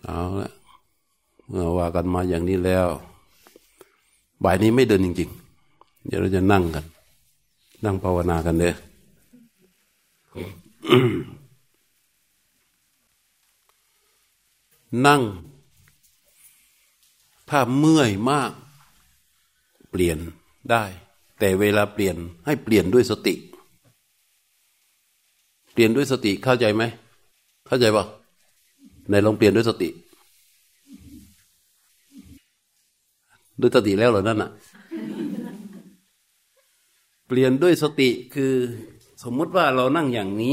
เอาละเมื่อว่ากันมาอย่างนี้แล้วบ่ายนี้ไม่เดินจริงๆเดี๋ยวเราจะนั่งกันนั่งภาวนากันเด้อ นั่งถ้าเมื่อยมากเปลี่ยนได้แต่เวลาเปลี่ยนให้เปลี่ยนด้วยสติเปลี่ยนด้วยสติเข้าใจไหมเข้าใจป่ะไหนลองเปลี่ยนด้วยสติด้วยสติแล้วเหรอนั่นน่ะเปลี่ยนด้วยสติคือสมมุติว่าเรานั่งอย่างนี้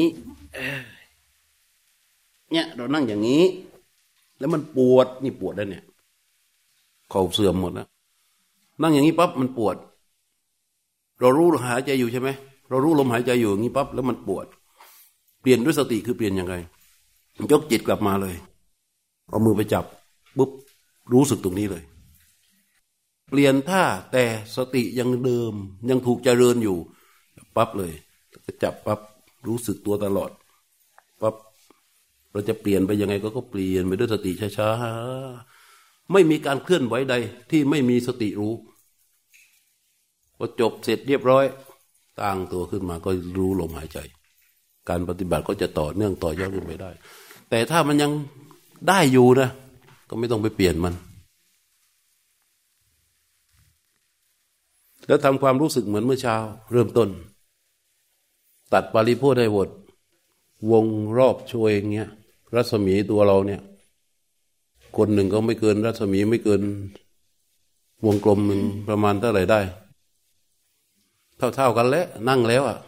เนี่ยเรานั่งอย่างนี้แล้วมันปวดนี่ปวดแล้วเนี่ยเข่าเสื่อมหมดแล้วนั่งอย่างนี้ปั๊บมันปวดเรารู้ลมหายใจอยู่ใช่ไหมเรารู้ลมหายใจอยู่อย่างนี้ปั๊บแล้วมันปวดเปลี่ยนด้วยสติคือเปลี่ยนยังไงยกจิตกลับมาเลยเอามือไปจับปุ๊บรู้สึกตรงนี้เลยเปลี่ยนท่าแต่สติยังเดิมยังถูกเจริญอยู่ปั๊บเลยก็จับปั๊บรู้สึกตัวตลอดปั๊บเราจะเปลี่ยนไปยังไงก็เปลี่ยนไปด้วยสติช้าๆไม่มีการเคลื่อนไหวใดที่ไม่มีสติรู้พอจบเสร็จเรียบร้อยตั้งตัวขึ้นมาก็รู้ลมหายใจการปฏิบัติก็จะต่อเนื่องต่อยอดขึ้นไปได้แต่ถ้ามันยังได้อยู่นะก็ไม่ต้องไปเปลี่ยนมันแล้วทำความรู้สึกเหมือนเมื่อเช้าเริ่มต้นตัดปาริโภคให้หมดวงรอบช่วยอย่างเงี้ยรัศมีตัวเราเนี่ยคนหนึ่งก็ไม่เกินรัศมีไม่เกินวงกลมหนึ่งประมาณเท่าไหร่ได้เท่ากันแล้วนั่งแล้วอ่ะ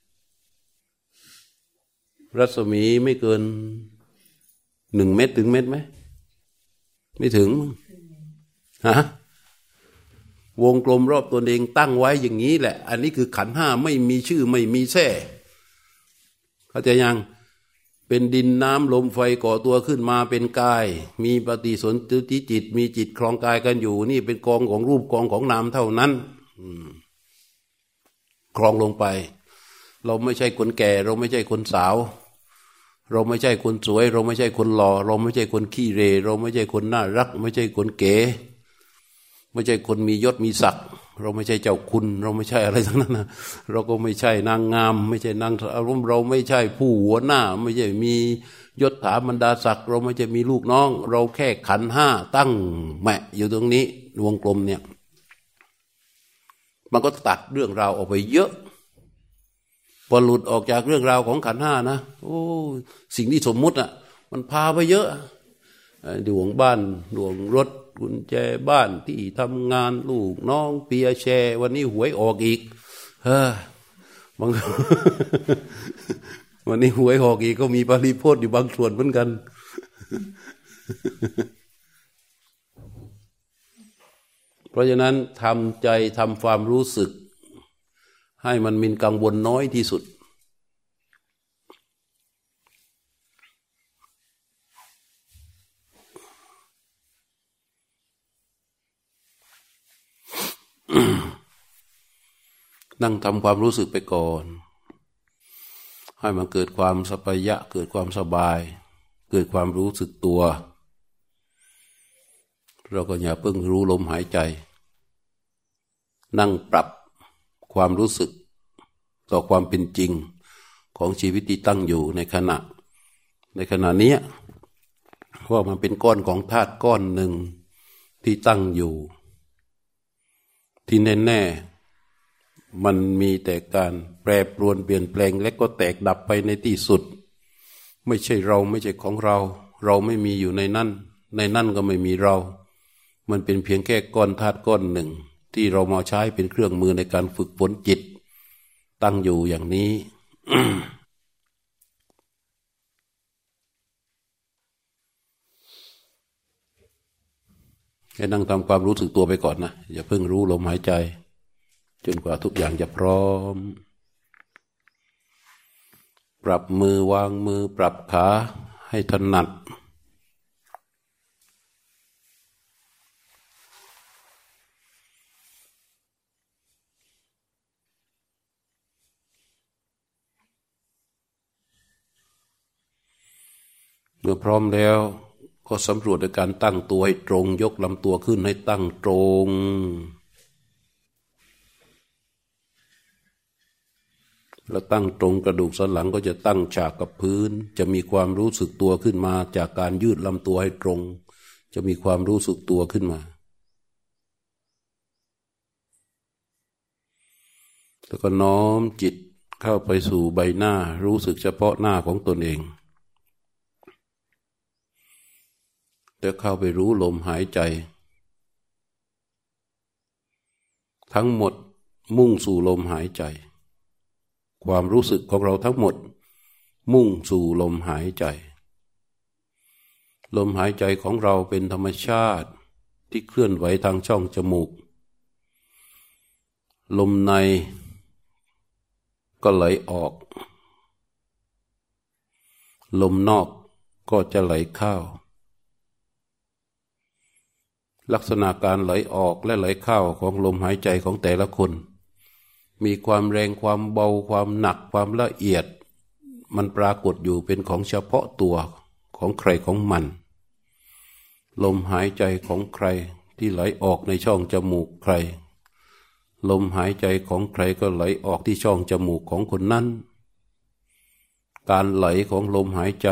รัศมีไม่เกิน1 เมตรถึงเมตรไหมไม่ถึงฮะวงกลมรอบตัวเองตั้งไว้อย่างนี้แหละอันนี้คือขันธ์ห้าไม่มีชื่อไม่มีแท้เข้าใจยังเป็นดินน้ำลมไฟก่อตัวขึ้นมาเป็นกายมีปฏิสนธิจิตมีจิตครองกายกันอยู่นี่เป็นกองของรูปกองของนามเท่านั้นครองลงไปเราไม่ใช่คนแก่เราไม่ใช่คนสาวเราไม่ใช่คนสวยเราไม่ใช่คนหล่อเราไม่ใช่คนขี้เรเราไม่ใช่คนน่ารักไม่ใช่คนเก๋ไม่ใช่คนมียศมีศักดิ์เราไม่ใช่เจ้าคุณเราไม่ใช่อะไรทั้งนั้นนะเราก็ไม่ใช่นางงามไม่ใช่นางอารมณ์เราไม่ใช่ผู้หัวหน้าไม่ใช่มียศถาบรรดาศักดิ์เราไม่ใช่มีลูกน้องเราแค่ขันธ์ห้าตั้งแมะอยู่ตรงนี้วงกลมเนี่ยมันก็ตัดเรื่องราวออกไปเยอะพอหลุดออกจากเรื่องราวของขันธ์ห้านะโอ้สิ่งที่สมมุติอ่ะมันพาไปเยอะดวงบ้านดวงรถกุญแจบ้านที่ทำงานลูกน้องเปียแชร์วันนี้หวยออกอีกบาง วันนี้หวยออกอีกก็มีปริโภคอยู่บางส่วนเหมือนกัน เพราะฉะนั้นทำใจทำความรู้สึกให้มันมีกังวลน้อยที่สุดนั่งทำความรู้สึกไปก่อนให้มันเกิดความสัพพยะเกิดความสบายเกิดความรู้สึกตัวเราก็อย่าเพิ่งรู้ลมหายใจนั่งปรับความรู้สึกต่อความเป็นจริงของชีวิตที่ตั้งอยู่ในขณะนี้ว่ามันเป็นก้อนของธาตุก้อนหนึ่งที่ตั้งอยู่ที่แน่ๆมันมีแต่การแปรปรวนเปลี่ยนแปลงและก็แตกดับไปในที่สุดไม่ใช่เราไม่ใช่ของเราเราไม่มีอยู่ในนั่นก็ไม่มีเรามันเป็นเพียงแค่ก้อนธาตุก้อนหนึ่งที่เรามาใช้เป็นเครื่องมือในการฝึกฝนจิตตั้งอยู่อย่างนี้ ให้นั่งทำความรู้สึกตัวไปก่อนนะอย่าเพิ่งรู้ลมหายใจจนกว่าทุกอย่างจะพร้อมปรับมือวางมือปรับขาให้ถนัดเมื่อพร้อมแล้วก็สำรวจด้วยการตั้งตัวให้ตรงยกลำตัวขึ้นให้ตั้งตรงแล้วตั้งตรงกระดูกสันหลังก็จะตั้งฉากกับพื้นจะมีความรู้สึกตัวขึ้นมาจากการยืดลำตัวให้ตรงจะมีความรู้สึกตัวขึ้นมาแล้วก็น้อมจิตเข้าไปสู่ใบหน้ารู้สึกเฉพาะหน้าของตนเองแล้วเข้าไปรู้ลมหายใจทั้งหมดมุ่งสู่ลมหายใจความรู้สึกของเราทั้งหมดมุ่งสู่ลมหายใจลมหายใจของเราเป็นธรรมชาติที่เคลื่อนไหวทางช่องจมูกลมในก็ไหลออกลมนอกก็จะไหลเข้าลักษณะการไหลออกและไหลเข้าของลมหายใจของแต่ละคนมีความแรงความเบาความหนักความละเอียดมันปรากฏอยู่เป็นของเฉพาะตัวของใครของมันลมหายใจของใครที่ไหลออกในช่องจมูกใครลมหายใจของใครก็ไหลออกที่ช่องจมูกของคนนั้นการไหลของลมหายใจ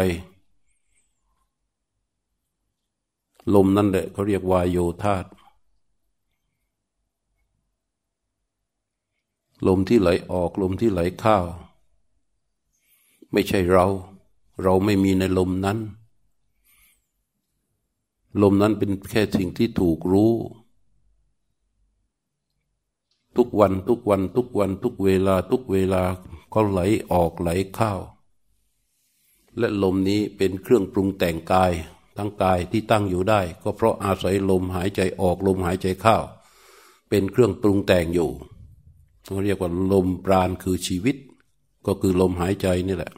ลมนั่นแหละเขาเรียกวายโยธาตุลมที่ไหลออกลมที่ไหลเข้าไม่ใช่เราไม่มีในลมนั้นลมนั้นเป็นแค่สิ่งที่ถูกรู้ทุกวันทุกวันทุกวันทุกเวลาก็ไหลออกไหลเข้าและลมนี้เป็นเครื่องปรุงแต่งกายทั้งกายที่ตั้งอยู่ได้ก็เพราะอาศัยลมหายใจออกลมหายใจเข้าเป็นเครื่องปรุงแต่งอยู่เขาเรียกว่าลมปราณคือชีวิตก็คือลมหายใจนี่แหละ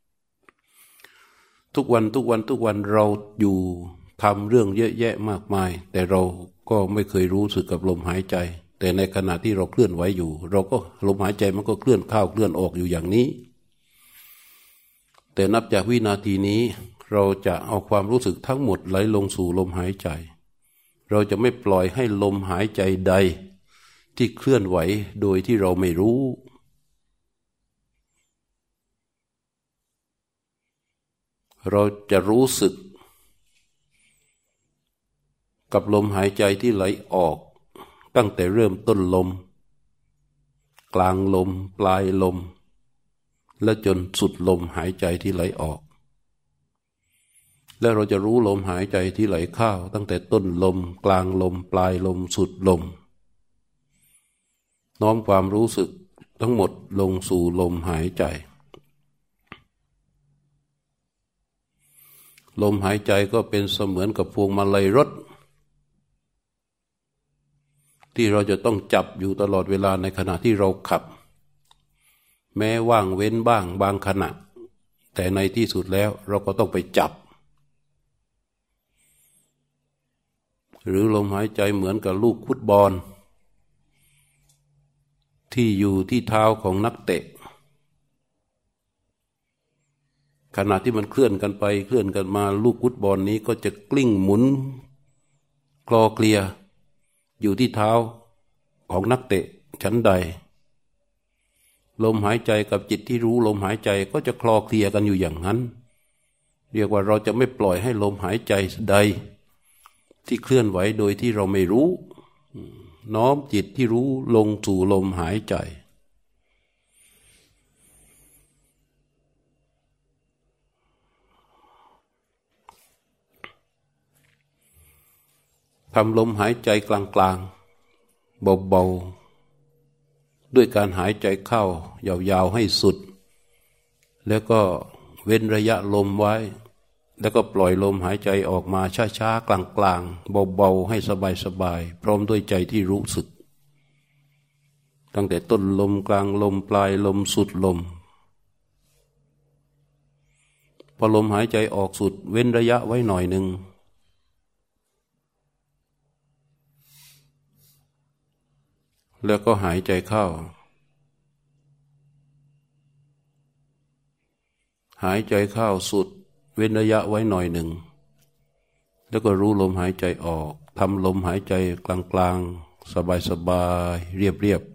ทุกวันเราอยู่ทำเรื่องเยอะแยะมากมายแต่เราก็ไม่เคยรู้สึกกับลมหายใจแต่ในขณะที่เราเคลื่อนไหวอยู่เราก็ลมหายใจมันก็เคลื่อนเข้าเคลื่อนออกอยู่อย่างนี้แต่นับจากวินาทีนี้เราจะเอาความรู้สึกทั้งหมดไหลลงสู่ลมหายใจเราจะไม่ปล่อยให้ลมหายใจใดที่เคลื่อนไหวโดยที่เราไม่รู้เราจะรู้สึกกับลมหายใจที่ไหลออกตั้งแต่เริ่มต้นลมกลางลมปลายลมและจนสุดลมหายใจที่ไหลออกและเราจะรู้ลมหายใจที่ไหลเข้าตั้งแต่ต้นลมกลางลมปลายลมสุดลมน้อมความรู้สึกทั้งหมดลงสู่ลมหายใจลมหายใจก็เป็นเสมือนกับพวงมาลัยรถที่เราจะต้องจับอยู่ตลอดเวลาในขณะที่เราขับแม้ว่างเว้นบ้างบางขณะแต่ในที่สุดแล้วเราก็ต้องไปจับหรือลมหายใจเหมือนกับลูกฟุตบอลที่อยู่ที่เท้าของนักเตะขณะที่มันเคลื่อนกันไปเคลื่อนกันมาลูกฟุตบอลนี้ก็จะกลิ้งหมุนคลอเคลียอยู่ที่เท้าของนักเตะชั้นใดลมหายใจกับจิตที่รู้ลมหายใจก็จะคลอเคลียกันอยู่อย่างนั้นเรียกว่าเราจะไม่ปล่อยให้ลมหายใจใดที่เคลื่อนไหวโดยที่เราไม่รู้น้อมจิตที่รู้ลงสู่ลมหายใจทำลมหายใจกลางๆเบาๆด้วยการหายใจเข้ายาวๆให้สุดแล้วก็เว้นระยะลมไว้แล้วก็ปล่อยลมหายใจออกมาช้าๆกลางๆเบาๆให้สบายๆพร้อมด้วยใจที่รู้สึกตั้งแต่ต้นลมกลางลมปลายลมสุดลมพอลมหายใจออกสุดเว้นระยะไว้หน่อยหนึ่งแล้วก็หายใจเข้าหายใจเข้าสุดเว้นระยะไว้หน่อยหนึ่งแล้วก็รู้ลมหายใจออกทำลมหายใจกลางๆสบายๆเรียบ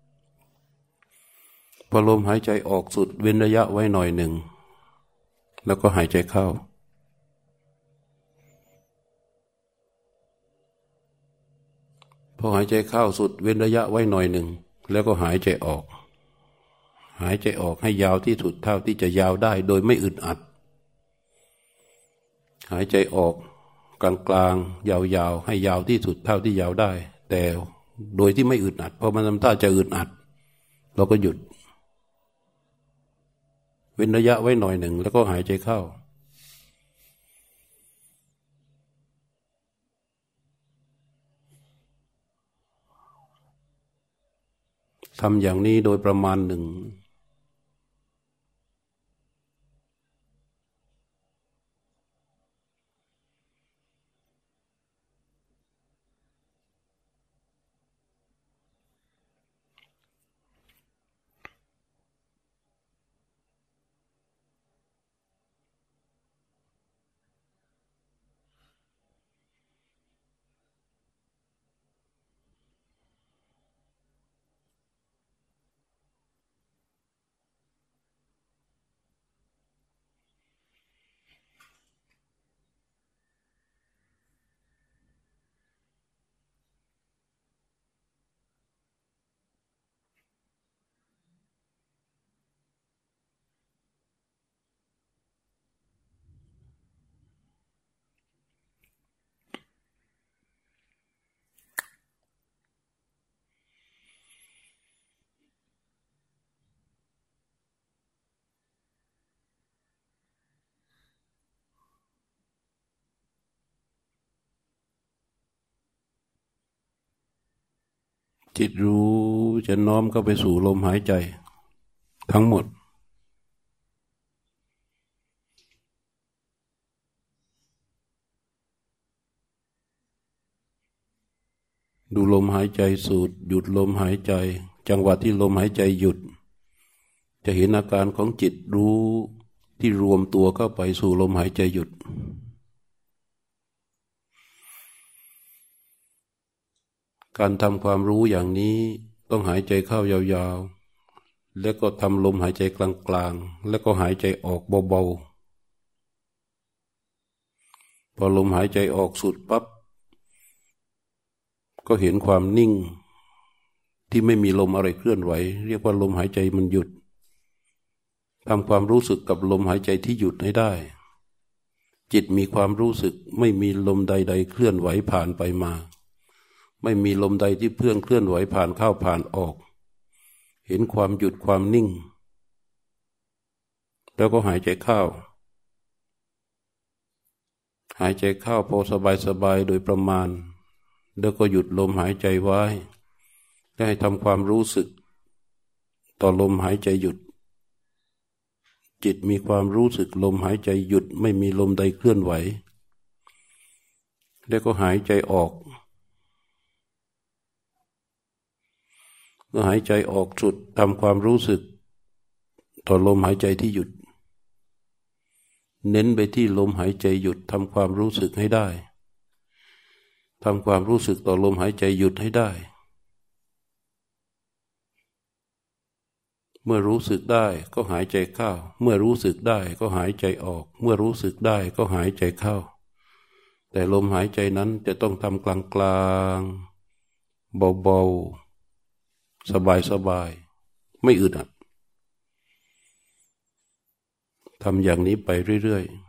ๆพอลมหายใจออกสุดเว้นระยะไว้หน่อยหนึ่งแล้วก็หายใจเข้าพอหายใจเข้าสุดเว้นระยะไว้หน่อยหนึ่งแล้วก็หายใจออกหายใจออกให้ยาวที่สุดเท่าที่จะยาวได้โดยไม่อึดอัดหายใจออกกลางๆยาวๆให้ยาวที่สุดเท่าที่ยาวได้แต่โดยที่ไม่อึดอัดเพราะมันทำท่าจะอึดอัดเราก็หยุดเว้นระยะไว้หน่อยหนึ่งแล้วก็หายใจเข้าทำอย่างนี้โดยประมาณหนึ่งจิตรู้จะน้อมเข้าไปสู่ลมหายใจทั้งหมดดูลมหายใจสูดหยุดลมหายใจจังหวะที่ลมหายใจหยุดจะเห็นอาการของจิตรู้ที่รวมตัวเข้าไปสู่ลมหายใจหยุดการทำความรู้อย่างนี้ต้องหายใจเข้ายาวๆแล้วก็ทำลมหายใจกลางๆแล้วก็หายใจออกเบาๆพอลมหายใจออกสุดปั๊บก็เห็นความนิ่งที่ไม่มีลมอะไรเคลื่อนไหวเรียกว่าลมหายใจมันหยุดทำความรู้สึกกับลมหายใจที่หยุดให้ได้จิตมีความรู้สึกไม่มีลมใดๆเคลื่อนไหวผ่านไปมาไม่มีลมใดที่เพื่อนเคลื่อนไหวผ่านเข้าผ่านออกเห็นความหยุดความนิ่งแล้วก็หายใจเข้าหายใจเข้าพอสบายๆโดยประมาณแล้วก็หยุดลมหายใจไว้และให้ทำความรู้สึกต่อลมหายใจหยุดจิตมีความรู้สึกลมหายใจหยุดไม่มีลมใดเคลื่อนไหวแล้วก็หายใจออกเมื่อหายใจออกสุดทำความรู้สึกต่อลมหายใจที่หยุดเน้นไปที่ลมหายใจหยุดทำความรู้สึกให้ได้ทำความรู้สึกต่อลมหายใจหยุดให้ได้เมื่อรู้สึกได้ก็หายใจเข้าเมื่อรู้สึกได้ก็หายใจออกเมื่อรู้สึกได้ก็หายใจเข้าแต่ลมหายใจนั้นจะต้องทำกลางๆเบาๆสบายๆไม่อึดอัดทำอย่างนี้ไปเรื่อยๆ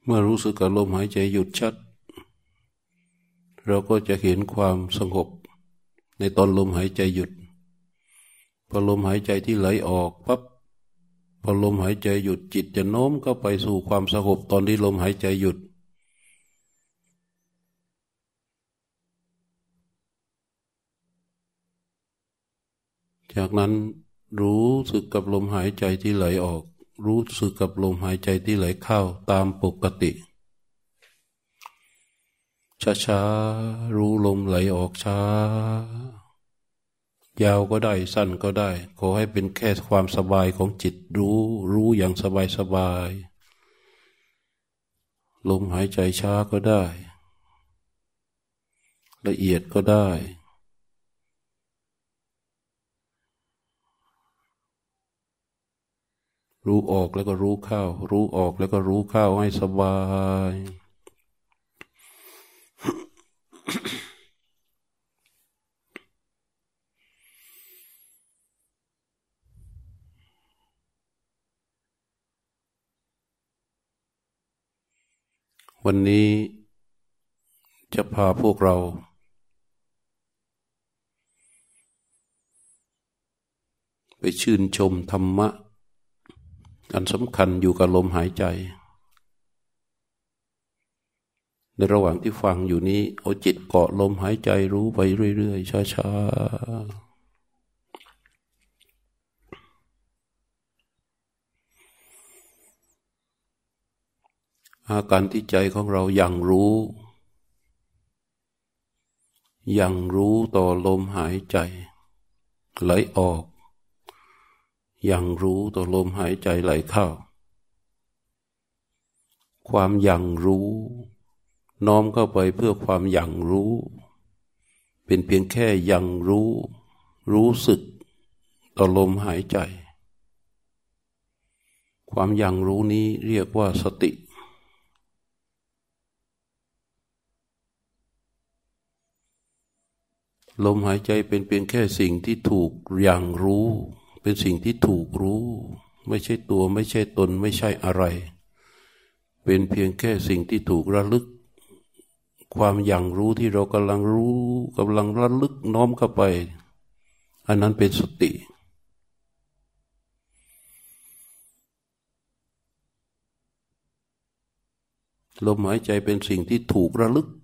เมื่อรู้สึกกับลมหายใจหยุดชัดเราก็จะเห็นความสงบในตอนลมหายใจหยุดพอลมหายใจที่ไหลออกปั๊บพอลมหายใจหยุดจิตจะโน้มเข้าไปสู่ความสงบตอนที่ลมหายใจหยุดจากนั้นรู้สึกกับลมหายใจที่ไหลออกรู้สึกกับลมหายใจที่ไหลเข้าตามปกติช้าๆรู้ลมไหลออกช้ายาวก็ได้สั้นก็ได้ขอให้เป็นแค่ความสบายของจิตรู้อย่างสบายลมหายใจช้าก็ได้ละเอียดก็ได้รู้ออกแล้วก็รู้เข้ารู้ออกแล้วก็รู้เข้าให้สบายวันนี้จะพาพวกเราไปชื่นชมธรรมะอันสำคัญอยู่กับลมหายใจในระหว่างที่ฟังอยู่นี้เอาจิตเกาะลมหายใจรู้ไปเรื่อยๆช้าๆอาการที่ใจของเรายังรู้ต่อลมหายใจไหลออกยังรู้ต่อลมหายใจไหลเข้าความยังรู้น้อมเข้าไปเพื่อความยังรู้เป็นเพียงแค่ยังรู้สึกต่อลมหายใจความยังรู้นี้เรียกว่าสติลมหายใจเป็นเพียงแค่สิ่งที่ถูกยังรู้เป็นสิ่งที่ถูกรู้ไม่ใช่ตัวไม่ใช่ตนไม่ใช่อะไรเป็นเพียงแค่สิ่งที่ถูกระลึกความอย่างรู้ที่เรากำลังระลึกน้อมเข้าไปอันนั้นเป็นสติลมหายใจเป็นสิ่งที่ถูกระลึก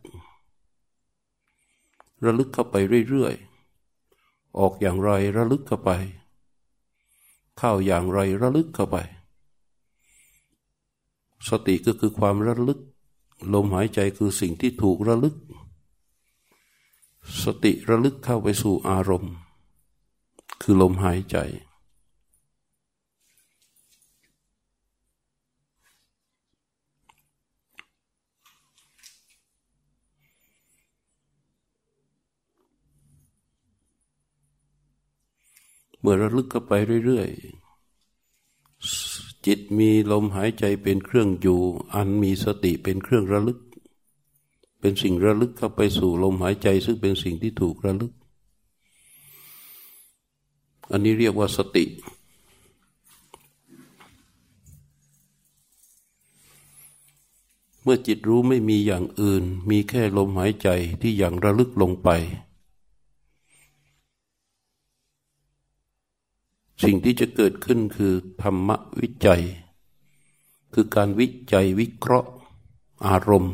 เข้าไปเรื่อยๆออกอย่างไรระลึกเข้าไปเข้าอย่างไรระลึกเข้าไปสติก็คือความระลึกลมหายใจคือสิ่งที่ถูกระลึกสติระลึกเข้าไปสู่อารมณ์คือลมหายใจเมื่อระลึกเข้าไปเรื่อยๆจิตมีลมหายใจเป็นเครื่องอยู่อันมีสติเป็นเครื่องระลึกเป็นสิ่งระลึกเข้าไปสู่ลมหายใจซึ่งเป็นสิ่งที่ถูกระลึกอันนี้เรียกว่าสติเมื่อจิตรู้ไม่มีอย่างอื่นมีแค่ลมหายใจที่อย่างระลึกลงไปสิ่งที่จะเกิดขึ้นคือธรรมวิจัยคือการวิจัยวิเคราะห์อารมณ์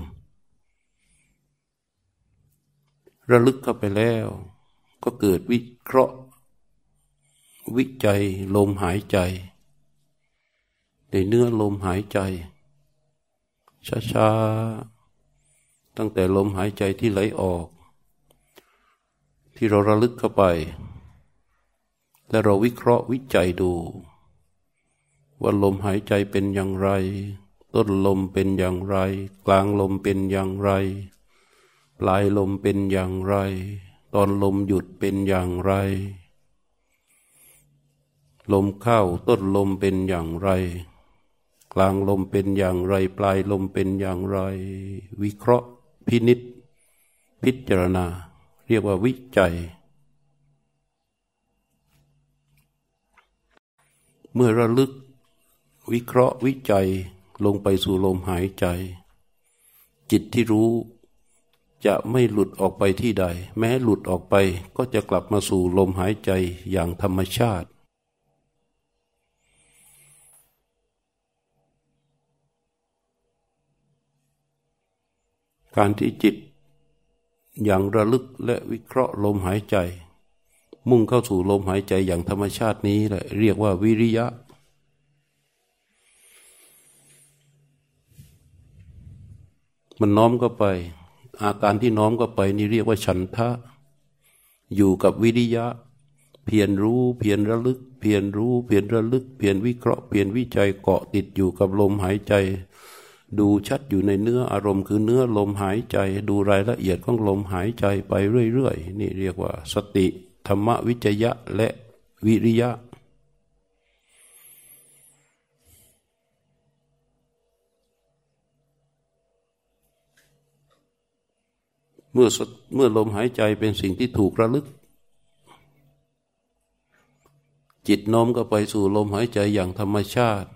ระลึกเข้าไปแล้วก็เกิดวิเคราะห์วิจัยลมหายใจในเนื้อลมหายใจช้าๆตั้งแต่ลมหายใจที่ไหลออกที่เราระลึกเข้าไปและเราวิเคราะห์วิจัยดูว่าลมหายใจเป็นอย่างไรต้นลมเป็นอย่างไรกลางลมเป็นอย่างไรปลายลมเป็นอย่างไรตอนลมหยุดเป็นอย่างไรลมเข้าต้นลมเป็นอย่างไรกลางลมเป็นอย่างไรปลายลมเป็นอย่างไรวิเคราะห์พินิจพิจารณาเรียกว่าวิจัยเมื่อระลึกวิเคราะห์วิจัยลงไปสู่ลมหายใจจิตที่รู้จะไม่หลุดออกไปที่ใดแม้หลุดออกไปก็จะกลับมาสู่ลมหายใจอย่างธรรมชาติการที่จิตอย่างระลึกและวิเคราะห์ลมหายใจมุ่งเข้าสู่ลมหายใจอย่างธรรมชาตินี้แหละเรียกว่าวิริยะมันน้อมเข้าไปอาการที่น้อมเข้าไปนี่เรียกว่าฉันทะอยู่กับวิริยะเพียรรู้เพียรระลึกเพียรรู้เพียรระลึกเพียรวิเคราะห์เพียรวิจัยเกาะติดอยู่กับลมหายใจดูชัดอยู่ในเนื้ออารมณ์คือเนื้อลมหายใจดูรายละเอียดของลมหายใจไปเรื่อยๆนี่เรียกว่าสติธรรมวิจยะและวิริยะเมื่อลมหายใจเป็นสิ่งที่ถูกระลึกจิตโน้มก็ไปสู่ลมหายใจอย่างธรรมชาติ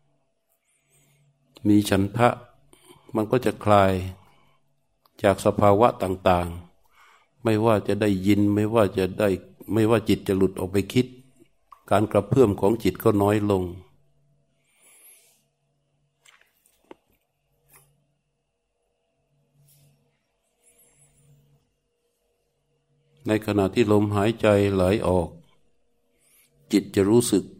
มีฉันทะมันก็จะคลายจากสภาวะต่างๆไม่ว่าจะได้ยินไม่ว่าจิตจะหลุดออกไปคิดการกระเพื่อมของจิตก็น้อยลงในขณะที่ลมหายใจไหลออกจิตจะรู้สึก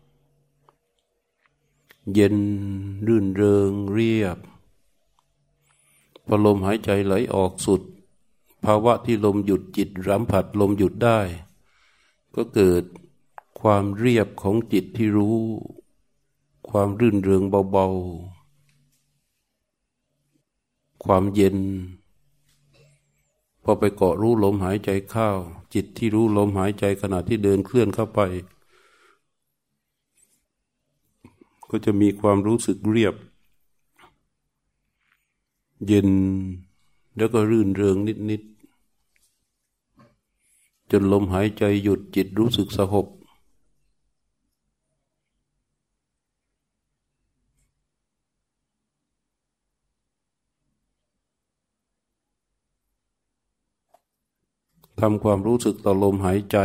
เย็นรื่นเริงเรียบพอลมหายใจไหลออกสุดภาวะที่ลมหยุดจิตสัมผัสลมหยุดได้ก็เกิดความเรียบของจิตที่รู้ความรื่นเริงเบาๆความเย็นพอไปเกาะรู้ลมหายใจเข้าจิตที่รู้ลมหายใจขณะที่เดินเคลื่อนเข้าไปก็จะมีความรู้สึกเรียบเย็นแล้วก็รื่นเริงนิดๆจนลมหายใจหยุดจิตรู้สึกสงบทำความรู้สึกต่อลมหายใจ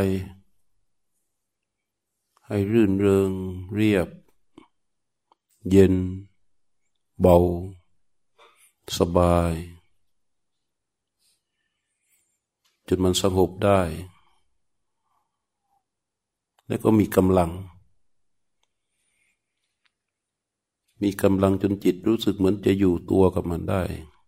ให้รื่นเริงเรียบเย็นเบาสบายจนมันสงบได้แล้วก็มีกำลังจนจิตรู้สึกเหมือนจะอยู่ตัวกับมันได้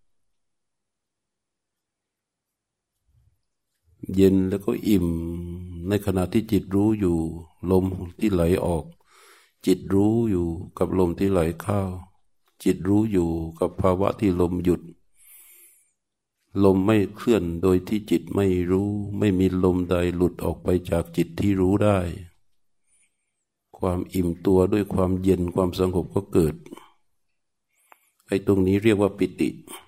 เย็นแล้วก็อิ่มในขณะที่จิตรู้อยู่ลมที่ไหลออกจิตรู้อยู่กับลมที่ไหลเข้าจิตรู้อยู่กับภาวะที่ลมหยุดลมไม่เคลื่อนโดยที่จิตไม่รู้ไม่มีลมใดหลุดออกไปจากจิตที่รู้ได้ความอิ่มตัวด้วยความเย็นความสงบก็เกิดไอ้ตรงนี้เรียกว่าปิติ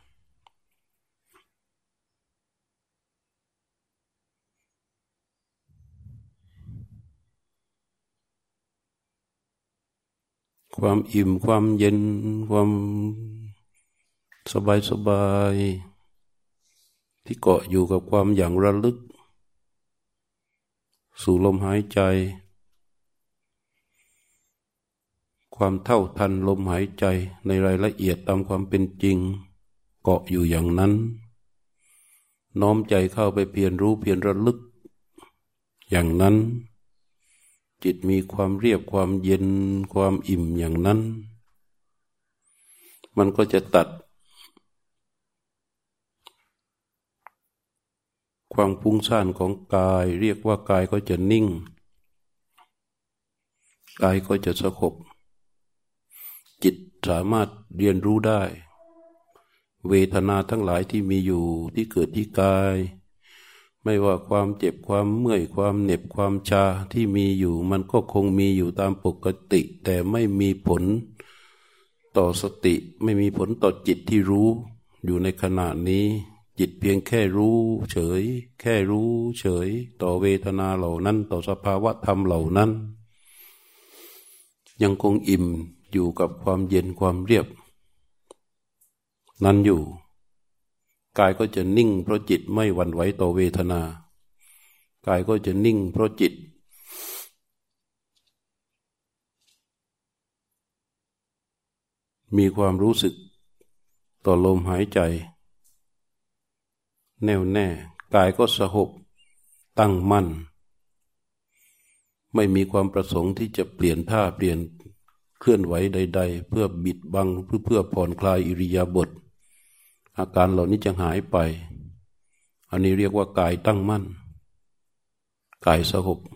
ความอิ่มความเย็นความสบายที่เกาะอยู่กับความอย่างระลึกสู่ลมหายใจความเท่าทันลมหายใจในรายละเอียดตามความเป็นจริงเกาะอยู่อย่างนั้นน้อมใจเข้าไปเพียรรู้เพียรระลึกอย่างนั้นจิตมีความเรียบความเย็นความอิ่มอย่างนั้นมันก็จะตัดความฟุ้งซ่านของกายเรียกว่ากายก็จะนิ่งกายก็จะสงบจิตสามารถเรียนรู้ได้เวทนาทั้งหลายที่มีอยู่ที่เกิดที่กายไม่ว่าความเจ็บความเมื่อยความเหน็บความชาที่มีอยู่มันก็คงมีอยู่ตามปกติแต่ไม่มีผลต่อสติไม่มีผลต่อจิตที่รู้อยู่ในขณะนี้จิตเพียงแค่รู้เฉยแค่รู้เฉยต่อเวทนาเหล่านั้นต่อสภาวะธรรมเหล่านั้นยังคงอิ่มอยู่กับความเย็นความเรียบนั้นอยู่กายก็จะนิ่งเพราะจิตไม่หวั่นไหวต่อเวทนากายก็จะนิ่งเพราะจิตมีความรู้สึกต่อลมหายใจแน่วแน่กายก็สงบตั้งมั่นไม่มีความประสงค์ที่จะเปลี่ยนท่าเปลี่ยนเคลื่อนไหวใดๆเพื่อบิดบังเพื่อผ่อนคลายอิริยาบถอาการเหล่านี้จะหายไปอันนี้เรียกว่ากายตั้งมั่นกายสงบ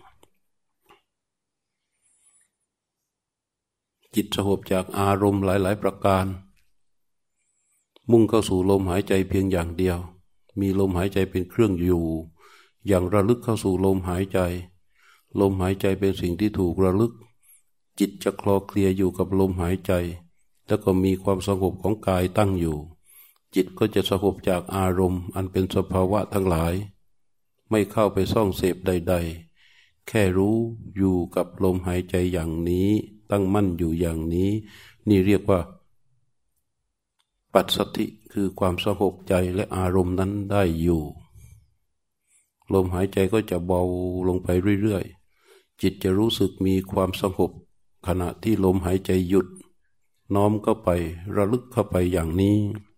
จิตสงบจากอารมณ์หลายๆประการมุ่งเข้าสู่ลมหายใจเพียงอย่างเดียวมีลมหายใจเป็นเครื่องอยู่อย่างระลึกเข้าสู่ลมหายใจลมหายใจเป็นสิ่งที่ถูกระลึกจิตจะคลอเคลียอยู่กับลมหายใจแล้วก็มีความสงบของกายตั้งอยู่จิตก็จะสงบจากอารมณ์อันเป็นสภาวะทั้งหลายไม่เข้าไปซ่องเสพใดๆแค่รู้อยู่กับลมหายใจอย่างนี้ตั้งมั่นอยู่อย่างนี้นี่เรียกว่าปัสสัทธิคือความสงบใจและอารมณ์นั้นได้อยู่ลมหายใจก็จะเบาลงไปเรื่อยๆจิตจะรู้สึกมีความสงบขณะที่ลมหายใจหยุดน้อมเข้าไประลึกเข้าไปอย่างนี้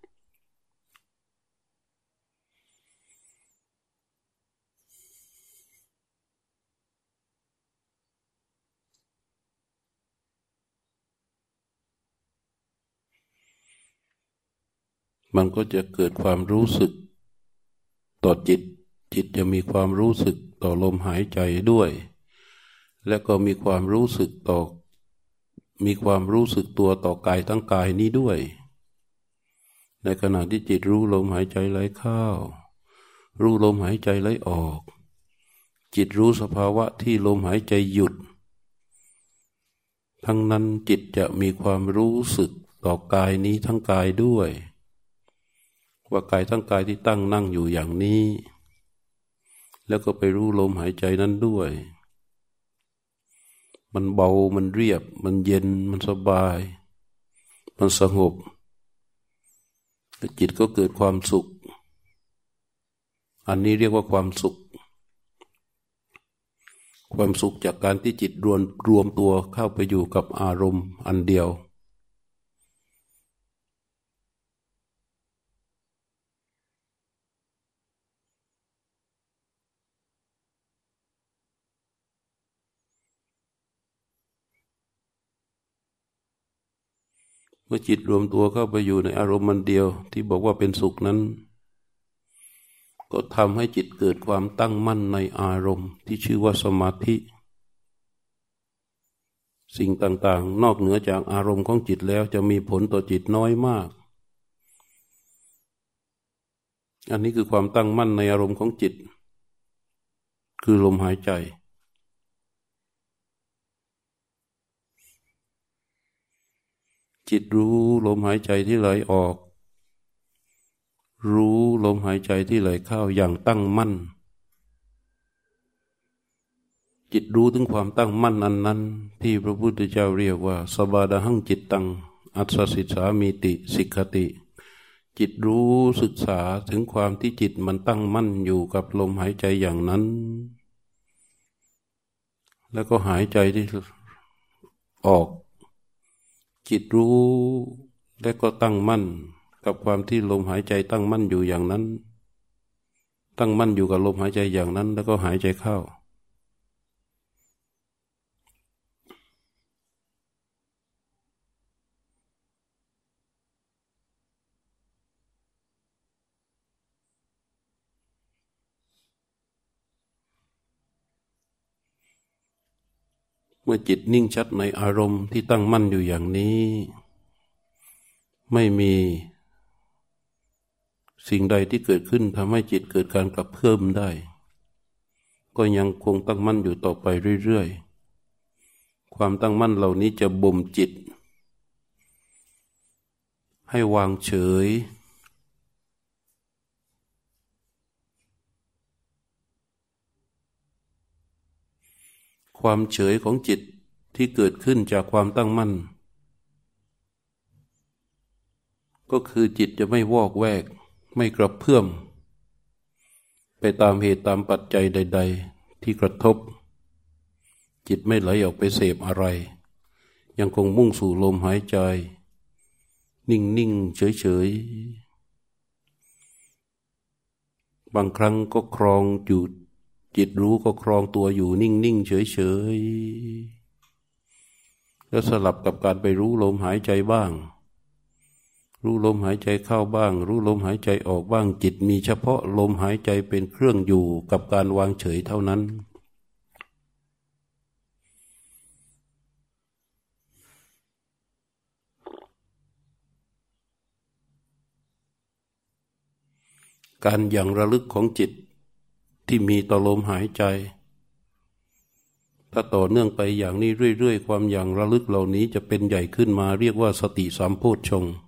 มันก็จะเกิดความรู้สึกต่อจิตจิตจะมีความรู้สึกต่อลมหายใจด้วยและก็มีความรู้สึกตัวต่อกายทั้งกายนี้ด้วยในขณะที่จิตรู้ลมหายใจไหลเข้ารู้ลมหายใจไหลออกจิตรู้สภาวะที่ลมหายใจหยุดทั้งนั้นจิตจะมีความรู้สึกต่อกายนี้ทั้งกายด้วยว่ากายทั้งกายที่ตั้งนั่งอยู่อย่างนี้แล้วก็ไปรู้ลมหายใจนั้นด้วยมันเบามันเรียบมันเย็นมันสบายมันสงบและจิตก็เกิดความสุขอันนี้เรียกว่าความสุขจากการที่จิตรวมตัวเข้าไปอยู่กับอารมณ์อันเดียวเมื่อจิตรวมตัวเข้าไปอยู่ในอารมณ์มันเดียวที่บอกว่าเป็นสุขนั้นก็ทำให้จิตเกิดความตั้งมั่นในอารมณ์ที่ชื่อว่าสมาธิสิ่งต่างๆนอกเหนือจากอารมณ์ของจิตแล้วจะมีผลต่อจิตน้อยมากอันนี้คือความตั้งมั่นในอารมณ์ของจิตคือลมหายใจจิตรู้ลมหายใจที่ไหลออกรู้ลมหายใจที่ไหลเข้าอย่างตั้งมั่นจิตรู้ถึงความตั้งมั่นอันนั้นที่พระพุทธเจ้าเรียกว่าสบาดาหังจิตตังอัสสสิสามิติสิกขติจิตรู้ศึกษาถึงความที่จิตมันตั้งมั่นอยู่กับลมหายใจอย่างนั้นแล้วก็หายใจที่ออกจิตรู้และก็ตั้งมั่นกับความที่ลมหายใจตั้งมั่นอยู่อย่างนั้นตั้งมั่นอยู่กับลมหายใจอย่างนั้นแล้วก็หายใจเข้าเมื่อจิตนิ่งชัดในอารมณ์ที่ตั้งมั่นอยู่อย่างนี้ไม่มีสิ่งใดที่เกิดขึ้นทำให้จิตเกิดการกลับเพิ่มได้ก็ยังคงตั้งมั่นอยู่ต่อไปเรื่อยๆความตั้งมั่นเหล่านี้จะบ่มจิตให้วางเฉยความเฉยของจิตที่เกิดขึ้นจากความตั้งมั่นก็คือจิตจะไม่วอกแวกไม่กระเพื่อมไปตามเหตุตามปัจจัยใดๆที่กระทบจิตไม่ไหลออกไปเสพอะไรยังคงมุ่งสู่ลมหายใจนิ่งๆเฉยๆบางครั้งก็ครองอยู่จิตรู้ก็ครองตัวอยู่นิ่งๆเฉยๆแล้วสลับกับการไปรู้ลมหายใจบ้างรู้ลมหายใจเข้าบ้างรู้ลมหายใจออกบ้างจิตมีเฉพาะลมหายใจเป็นเครื่องอยู่กับการวางเฉยเท่านั้นการอย่างระลึกของจิตที่มีต่อลมหายใจถ้าต่อเนื่องไปอย่างนี้เรื่อยๆความอย่างระลึกเหล่านี้จะเป็นใหญ่ขึ้นมาเรียกว่าสติสัมโพชฌงค์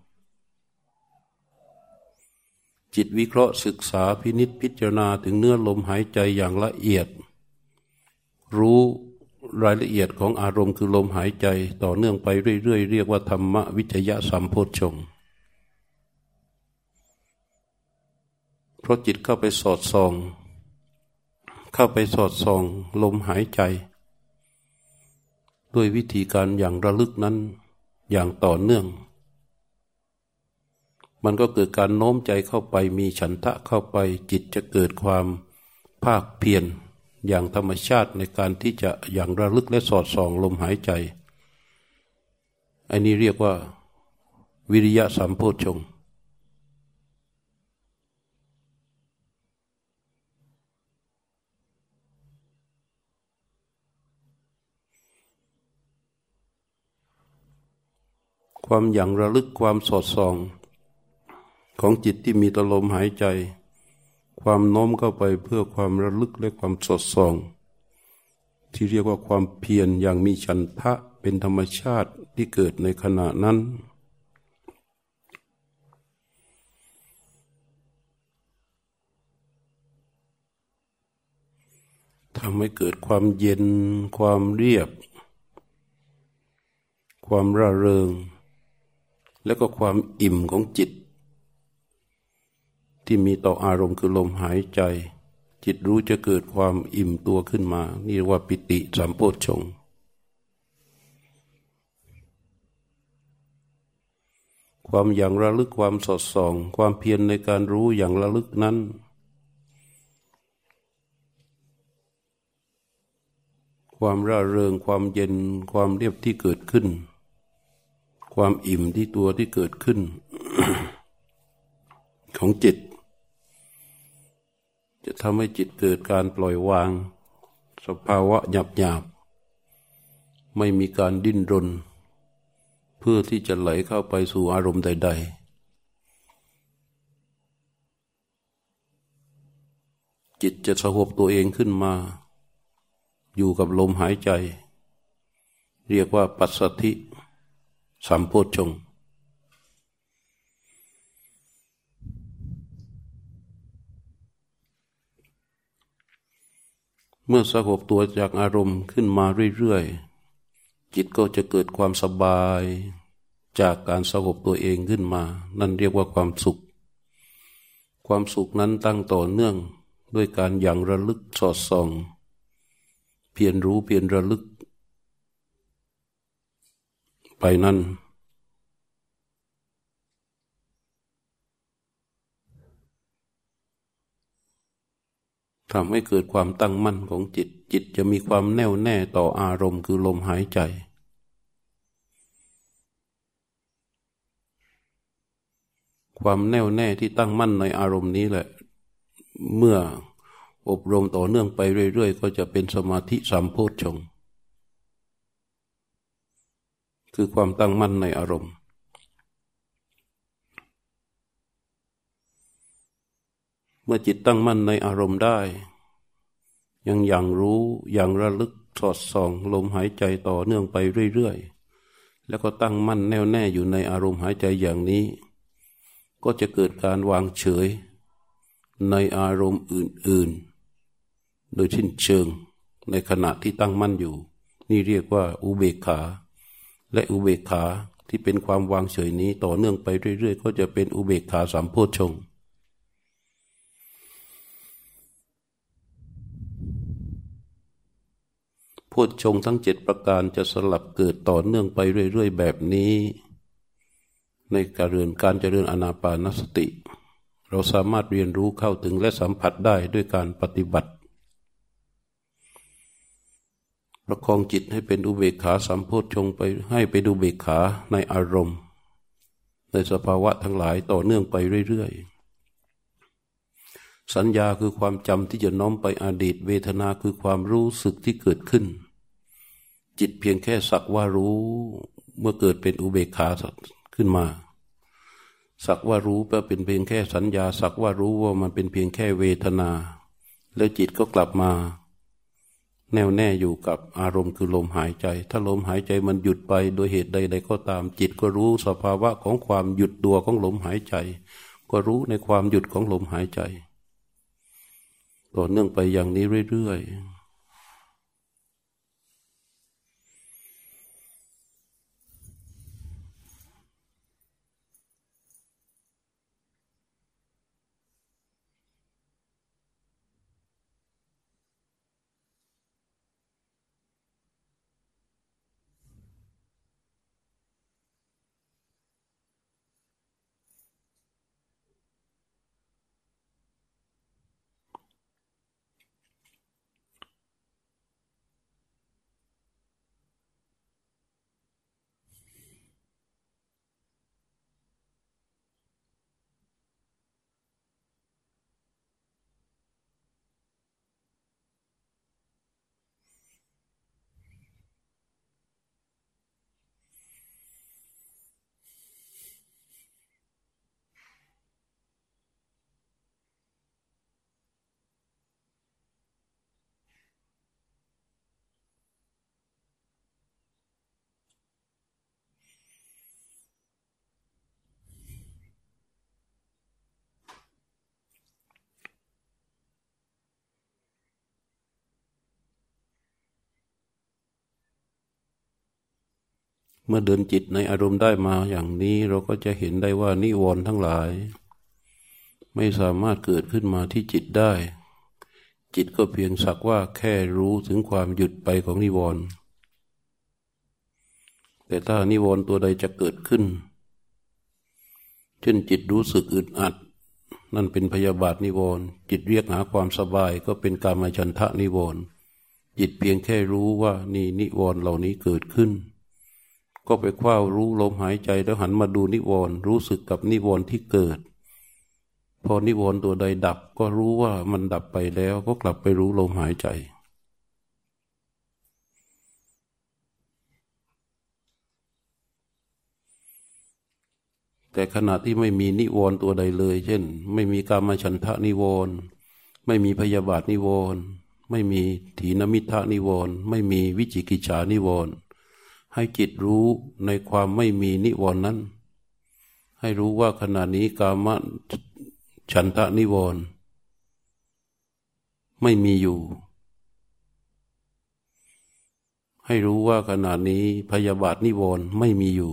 จิตวิเคราะห์ศึกษาพินิจพิจารณาถึงเนื้อลมหายใจอย่างละเอียดรู้รายละเอียดของอารมณ์คือลมหายใจต่อเนื่องไปเรื่อยๆเรียกว่าธรรมวิจยะสัมโพชฌงค์เพราะจิตเข้าไปสอดส่องลมหายใจด้วยวิธีการอย่างระลึกนั้นอย่างต่อเนื่องมันก็เกิดการโน้มใจเข้าไปมีฉันทะเข้าไปจิตจะเกิดความภาคเพียรอย่างธรรมชาติในการที่จะอย่างระลึกและสอดส่องลมหายใจอันนี้เรียกว่าวิริยะสัมโพชฌงค์ความอย่างระลึกความสอดส่องของจิตที่มีต่อลมหายใจความโน้มเข้าไปเพื่อความระลึกและความสอดส่องที่เรียกว่าความเพียรอย่างมีฉันทะเป็นธรรมชาติที่เกิดในขณะนั้นทำให้เกิดความเย็นความเรียบความร่าเริงและก็ความอิ่มของจิตที่มีต่ออารมณ์คือลมหายใจจิตรู้จะเกิดความอิ่มตัวขึ้นมานี่เรียกว่าปิติสัมโพชฌงค์ความอย่างระลึกความสอดส่องความเพียรในการรู้อย่างระลึกนั้นความร่าเริงความเย็นความเรียบที่เกิดขึ้นความอิ่มที่ตัวที่เกิดขึ้น ของจิตจะทำให้จิตเกิดการปล่อยวางสภาวะหยาบๆไม่มีการดิ้นรนเพื่อที่จะไหลเข้าไปสู่อารมณ์ใดๆจิตจะสงบตัวเองขึ้นมาอยู่กับลมหายใจเรียกว่าปัสสัทธิสัมโพชฌงค์เมื่อสงบตัวจากอารมณ์ขึ้นมาเรื่อยๆจิตก็จะเกิดความสบายจากการสงบตัวเองขึ้นมานั่นเรียกว่าความสุขความสุขนั้นตั้งต่อเนื่องด้วยการอย่างระลึกสอดส่องเพียรรู้เพียรระลึกไปนั้นทำให้เกิดความตั้งมั่นของจิตจิตจะมีความแน่วแน่ต่ออารมณ์คือลมหายใจความแน่วแน่ที่ตั้งมั่นในอารมณ์นี้แหละเมื่ออบรมต่อเนื่องไปเรื่อยๆก็จะเป็นสมาธิสัมโพชฌงค์คือความตั้งมั่นในอารมณ์เมื่อจิตตั้งมั่นในอารมณ์ได้อย่างรู้อย่างระลึกสอดส่องลมหายใจต่อเนื่องไปเรื่อยๆแล้วก็ตั้งมั่นแน่วแน่อยู่ในอารมณ์หายใจอย่างนี้ก็จะเกิดการวางเฉยในอารมณ์อื่นๆโดยสิ้นเชิงในขณะที่ตั้งมั่นอยู่นี่เรียกว่าอุเบกขาและอุเบกขาที่เป็นความวางเฉยนี้ต่อเนื่องไปเรื่อยๆก็จะเป็นอุเบกขาสัมโพชฌงค์พชฌงค์ทั้ง7ประการจะสลับเกิดต่อเนื่องไปเรื่อยๆแบบนี้ในการเจริญอานาปานสติเราสามารถเรียนรู้เข้าถึงและสัมผัสได้ด้วยการปฏิบัติประคองจิตให้เป็นอุเบกขาสัมโพชฌงค์ไปให้ไปดูเบกขาในอารมณ์ในสภาวะทั้งหลายต่อเนื่องไปเรื่อยๆสัญญาคือความจำที่จะน้อมไปอดีตเวทนาคือความรู้สึกที่เกิดขึ้นจิตเพียงแค่สักว่ารู้เมื่อเกิดเป็นอุเบกขาขึ้นมาสักว่ารู้เป็นเพียงแค่สัญญาสักว่ารู้ว่ามันเป็นเพียงแค่เวทนาแล้วจิตก็กลับมาแน่วแน่อยู่กับอารมณ์คือลมหายใจถ้าลมหายใจมันหยุดไปโดยเหตุใดๆก็ตามจิตก็รู้สภาวะของความหยุดตัวของลมหายใจก็รู้ในความหยุดของลมหายใจต่อเนื่องไปอย่างนี้เรื่อยๆเมื่อเดินจิตในอารมณ์ได้มาอย่างนี้เราก็จะเห็นได้ว่านิวรณ์ทั้งหลายไม่สามารถเกิดขึ้นมาที่จิตได้จิตก็เพียงสักว่าแค่รู้ถึงความหยุดไปของนิวรณ์แต่ถ้านิวรณ์ตัวใดจะเกิดขึ้นเช่นจิตรู้สึกอึดอัดนั่นเป็นพยาบาทนิวรณ์จิตเรียกหาความสบายก็เป็นกามฉันทะนิวรณ์จิตเพียงแค่รู้ว่านี่นิวรณ์เหล่านี้เกิดขึ้นก็ไปคว้ารู้ลมหายใจแล้วหันมาดูนิวรณ์รู้สึกกับนิวรณ์ที่เกิดพอนิวรณ์ตัวใดดับก็รู้ว่ามันดับไปแล้วก็กลับไปรู้ลมหายใจแต่ขณะที่ไม่มีนิวรณ์ตัวใดเลยเช่นไม่มีกามฉันทะนิวรณ์ไม่มีพยาบาทนิวรณ์ไม่มีถีนมิทธะนิวรณ์ไม่มีวิจิกิจฉานิวรณ์ให้จิตรู้ในความไม่มีนิวรณ์นั้นให้รู้ว่าขณะนี้กามฉันทะนิวรณ์ไม่มีอยู่ให้รู้ว่าขณะนี้พยาบาทนิวรณ์ไม่มีอยู่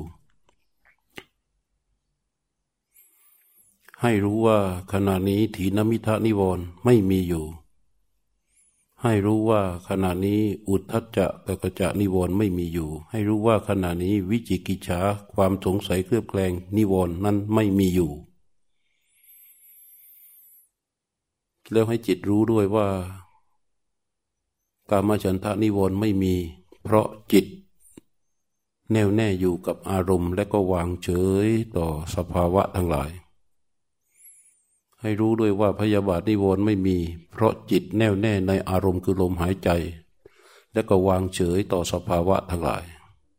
ให้รู้ว่าขณะนี้ถีนมิทธะนิวรณ์ไม่มีอยู่ให้รู้ว่าขณะนี้อุทธัจจะกกจะนิวรณ์ไม่มีอยู่ให้รู้ว่าขณะนี้วิจิกิจฉาความสงสัยเคลือบแคลงนิวรณ์นั้นไม่มีอยู่แล้วให้จิตรู้ด้วยว่ากามฉันทะนิวรณ์ไม่มีเพราะจิตแน่วแน่อยู่กับอารมณ์และก็วางเฉยต่อสภาวะทั้งหลายให้รู้ด้วยว่าพยาบาทนิวรณ์ไม่มีเพราะจิตแน่วแน่ในอารมณ์คือลมหายใจและก็วางเฉยต่อสภาวะทั้งหลาย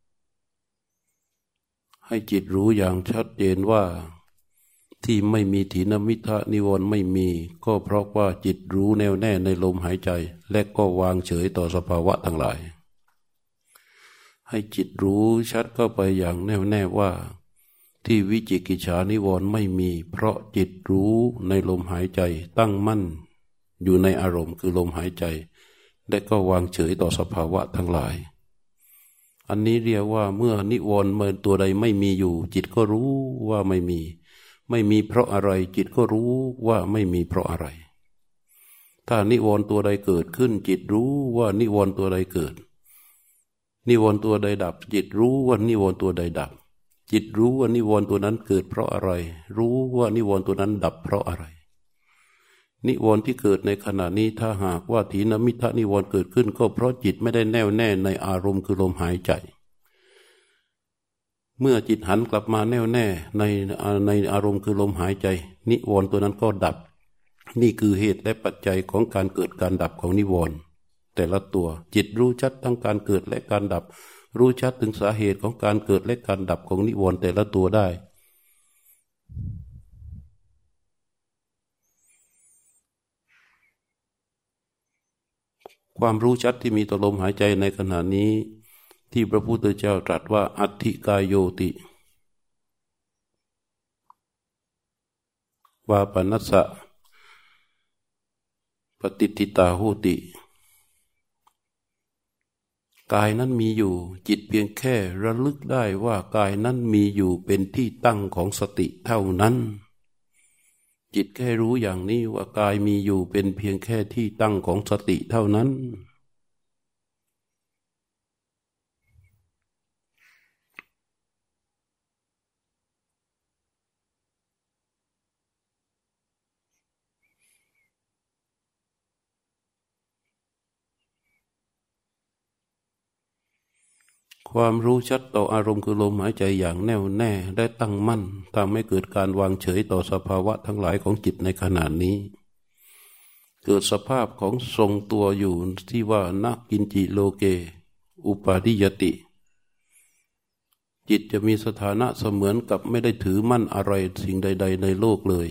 ให้จิตรู้อย่างชัดเจนว่าที่ไม่มีถีนมิทธะนิวรณ์ไม่มีก็เพราะว่าจิตรู้แน่วแน่ในลมหายใจและก็วางเฉยต่อสภาวะทั้งหลายให้จิตรู้ชัดเข้าไปอย่างแน่วแน่ว่าที่วิจิกิจฉานิวรณ์ไม่มีเพราะจิตรู้ในลมหายใจตั้งมั่นอยู่ในอารมณ์คือลมหายใจและก็วางเฉยต่อสภาวะทั้งหลายอันนี้เรียกว่าเมื่อนิวรณ์ตัวใดไม่มีอยู่จิตก็รู้ว่าไม่มีเพราะอะไรจิตก็รู้ว่าไม่มีเพราะอะไรถ้านิวรณ์ตัวใดเกิดขึ้นจิตรู้ว่านิวรณ์ตัวใดเกิดนิวรณ์ตัวใดดับจิตรู้ว่านิวรณ์ตัวใดดับจิตรู้ว่านิวรณ์ตัวนั้นเกิดเพราะอะไรรู้ว่านิวรณ์ตัวนั้นดับเพราะอะไรนิวรณ์ที่เกิดในขณะนี้ถ้าหากว่าถีนมิทะนิวรณ์เกิดขึ้นก็เพราะจิตไม่ได้แน่วแน่ในอารมณ์คือลมหายใจเมื่อจิตหันกลับมาแน่วแน่ในอารมณ์คือลมหายใจนิวรณ์ตัวนั้นก็ดับนี่คือเหตุและปัจจัยของการเกิดการดับของนิวรณ์แต่ละตัวจิตรู้ชัดทั้งการเกิดและการดับรู้ชัดถึงสาเหตุของการเกิดและการดับของนิวรณ์แต่ละตัวได้ความรู้ชัดที่มีต่อลมหายใจในขณะนี้ที่พระพุทธเจ้าตรัสว่าอัตถิกายโยติวาปนัสสะปฏิทิตาโหติกายนั้นมีอยู่จิตเพียงแค่ระลึกได้ว่ากายนั้นมีอยู่เป็นที่ตั้งของสติเท่านั้นจิตแค่รู้อย่างนี้ว่ากายมีอยู่เป็นเพียงแค่ที่ตั้งของสติเท่านั้นความรู้ชัดต่ออารมณ์คือลมหายใจอย่างแน่วแน่และตั้งมั่นทำให้เกิดการวางเฉยต่อสภาวะทั้งหลายของจิตในขณะนี้เกิดสภาพของทรงตัวอยู่ที่ว่านักกินจิโลเกอุปาทิยติจิตจะมีสถานะเสมือนกับไม่ได้ถือมั่นอะไรสิ่งใดๆในโลกเลย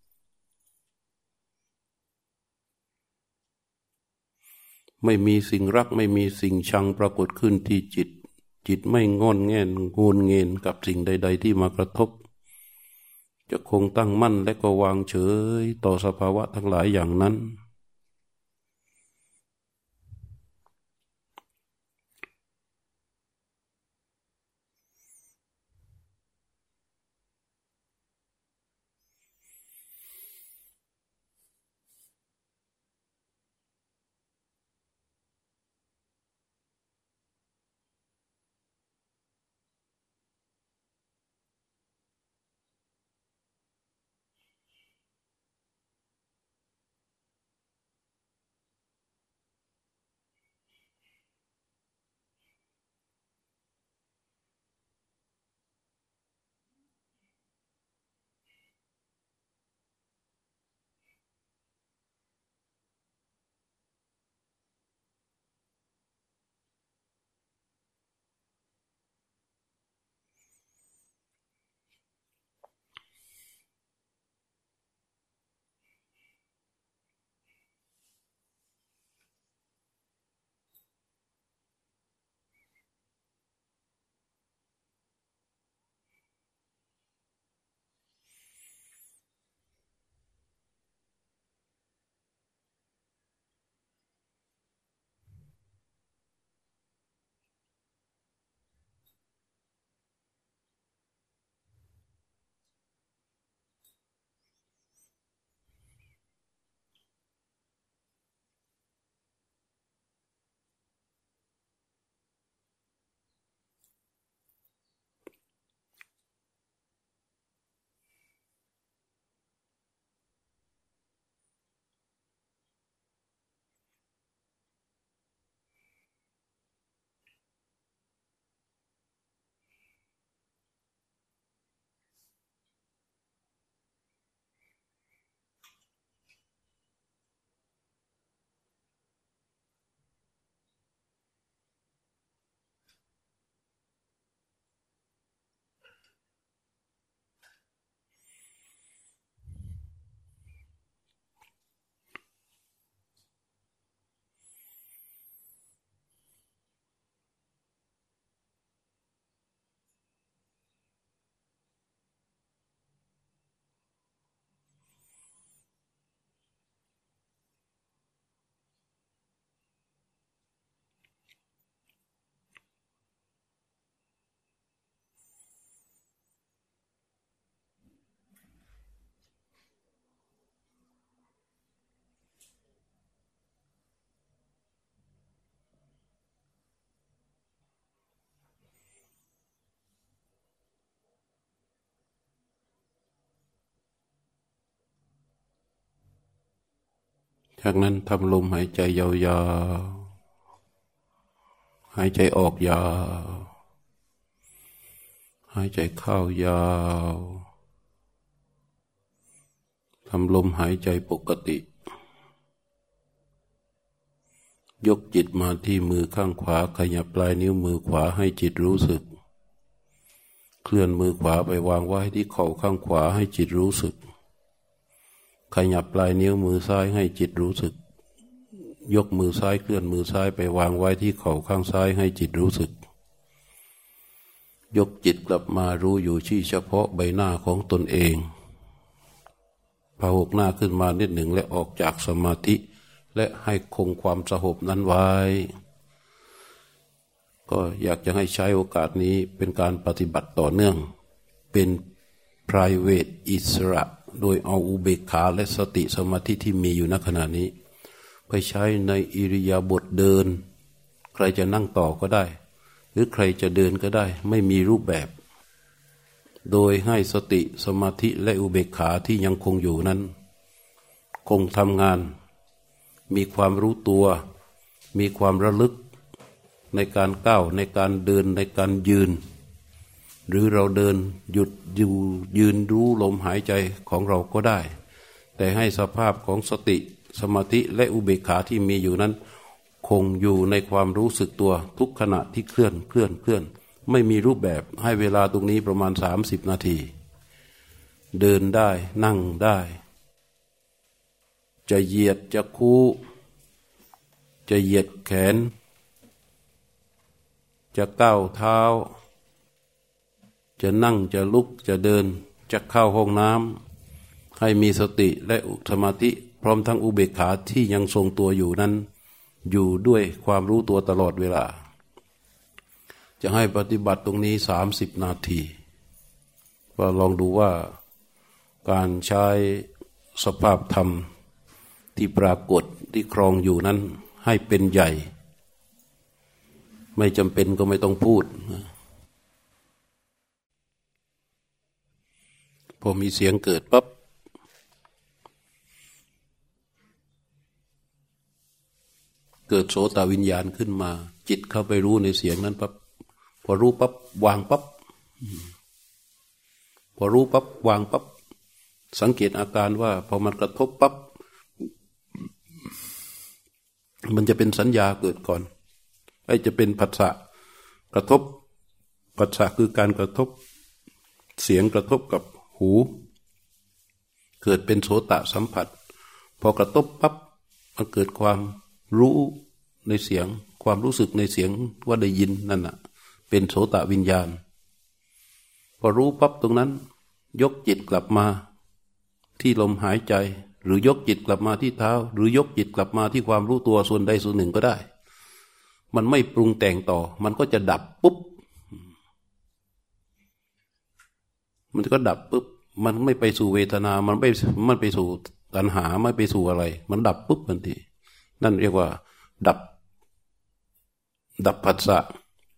ไม่มีสิ่งรักไม่มีสิ่งชังปรากฏขึ้นที่จิตจิตไม่งอนแง่นงนเงินกับสิ่งใดๆที่มากระทบจะคงตั้งมั่นและก็วางเฉยต่อสภาวะทั้งหลายอย่างนั้นจากนั้นทำลมหายใจยาวๆหายใจออกยาวหายใจเข้ายาวทำลมหายใจปกติยกจิตมาที่มือข้างขวาขยับปลายนิ้วมือขวาให้จิตรู้สึกเคลื่อนมือขวาไปวางไว้ที่เข่าข้างขวาให้จิตรู้สึกขยับปลายนิ้วมือซ้ายให้จิตรู้สึกยกมือซ้ายเคลื่อนมือซ้ายไปวางไว้ที่เข่าข้างซ้ายให้จิตรู้สึกยกจิตกลับมารู้อยู่ที่เฉพาะใบหน้าของตนเองพหกหน้าขึ้นมานิดหนึ่งและออกจากสมาธิและให้คงความสงบนั้นไว้ก็อยากจะให้ใช้โอกาสนี้เป็นการปฏิบัติต่อเนื่องเป็น private อิสระโดยเอาอุเบกขาและสติสมาธิที่มีอยู่ณขณะนี้ไปใช้ในอิริยาบถเดินใครจะนั่งต่อก็ได้หรือใครจะเดินก็ได้ไม่มีรูปแบบโดยให้สติสมาธิและอุเบกขาที่ยังคงอยู่นั้นคงทำงานมีความรู้ตัวมีความระลึกในการก้าวในการเดินในการยืนหรือเราเดินหยุดอยู่ยืนรู้ลมหายใจของเราก็ได้แต่ให้สภาพของสติสมาธิและอุเบกขาที่มีอยู่นั้นคงอยู่ในความรู้สึกตัวทุกขณะที่เคลื่อนไม่มีรูปแบบให้เวลาตรงนี้ประมาณ30 นาทีเดินได้นั่งได้จะเหยียดจะคู่จะเหยียดแขนจะก้าวเท้าจะนั่งจะลุกจะเดินจะเข้าห้องน้ำให้มีสติและสมาธิพร้อมทั้งอุเบกขาที่ยังทรงตัวอยู่นั้นอยู่ด้วยความรู้ตัวตลอดเวลาจะให้ปฏิบัติตรงนี้30 นาทีก็ลองดูว่าการใช้สภาพธรรมที่ปรากฏที่ครองอยู่นั้นให้เป็นใหญ่ไม่จำเป็นก็ไม่ต้องพูดพอมีเสียงเกิดปั๊บเกิดโสตวิญญาณขึ้นมาจิตเข้าไปรู้ในเสียงนั้นปั๊บพอรู้ปั๊บวางปั๊บพอรู้ปั๊บวางปั๊บสังเกตอาการว่าพอมันกระทบปั๊บมันจะเป็นสัญญาเกิดก่อนจะเป็นผัสสะกระทบผัสสะคือการกระทบเสียงกระทบกับหูเกิดเป็นโสตสัมผัสพอกระทบปั๊บมันเกิดความรู้ในเสียงความรู้สึกในเสียงว่าได้ยินนั่นน่ะเป็นโสตวิญญาณพอรู้ปั๊บตรงนั้นยกจิตกลับมาที่ลมหายใจหรือยกจิตกลับมาที่เท้าหรือยกจิตกลับมาที่ความรู้ตัวส่วนใดส่วนหนึ่งก็ได้มันไม่ปรุงแต่งต่อมันก็จะดับปุ๊บมันก็ดับปุ๊บมันไม่ไปสู่เวทนามันไปสู่ตัณหาไม่ไปสู่อะไรมันดับปุ๊บทันทีนั่นเรียกว่าดับผัสสะ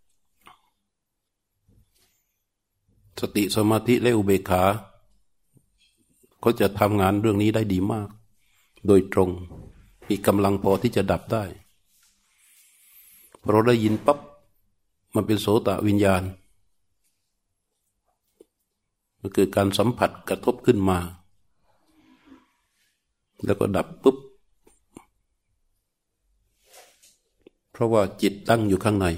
สติสมาธิและอุเบกขาก็จะทำงานเรื่องนี้ได้ดีมากโดยตรงมีกำลังพอที่จะดับได้พอเราได้ยินปั๊บมันเป็นโสตวิญญาณมันเกิดการสัมผัสกระทบขึ้นมาแล้วก็ดับปุ๊บเพราะว่าจิตตั้งอยู่ข้างใน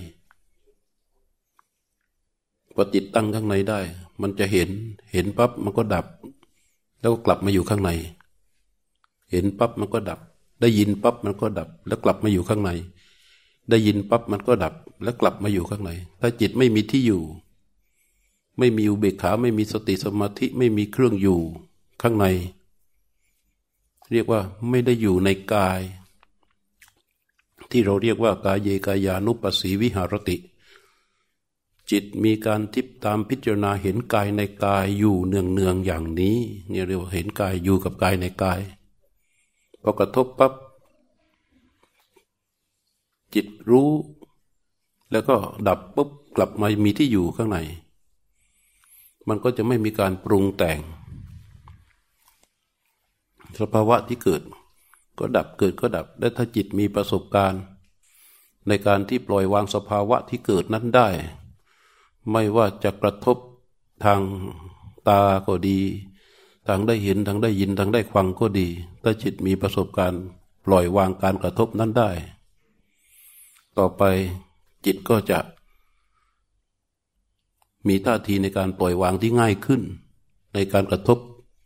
พอจิตตั้งข้างในได้มันจะเห็นปั๊บมันก็ดับแล้วก็กลับมาอยู่ข้างในเห็นปั๊บมันก็ดับได้ยินปั๊บมันก็ดับแล้วกลับมาอยู่ข้างในได้ยินปั๊บมันก็ดับแล้วกลับมาอยู่ข้างในถ้าจิตไม่มีที่อยู่ไม่มีอุเบกขาไม่มีสติสมาธิไม่มีเครื่องอยู่ข้างในเรียกว่าไม่ได้อยู่ในกายที่เราเรียกว่ากายเยกายานุปัสสีวิหารติจิตมีการทิพตามพิจารณาเห็นกายในกายอยู่เนืองอย่างนี้เนี่ยเรียกว่าเห็นกายอยู่กับกายในกายพอกระทบปั๊บจิตรู้แล้วก็ดับปุ๊บกลับมามีที่อยู่ข้างในมันก็จะไม่มีการปรุงแต่งสภาวะที่เกิดก็ดับเกิดก็ดับและถ้าจิตมีประสบการณ์ในการที่ปล่อยวางสภาวะที่เกิดนั้นได้ไม่ว่าจะกระทบทางตาก็ดีทางได้เห็นทางได้ยินทางได้ฟังก็ดีถ้าจิตมีประสบการณ์ปล่อยวางการกระทบนั้นได้ต่อไปจิตก็จะมีท่าทีในการปล่อยวางที่ง่ายขึ้นในการกระทบ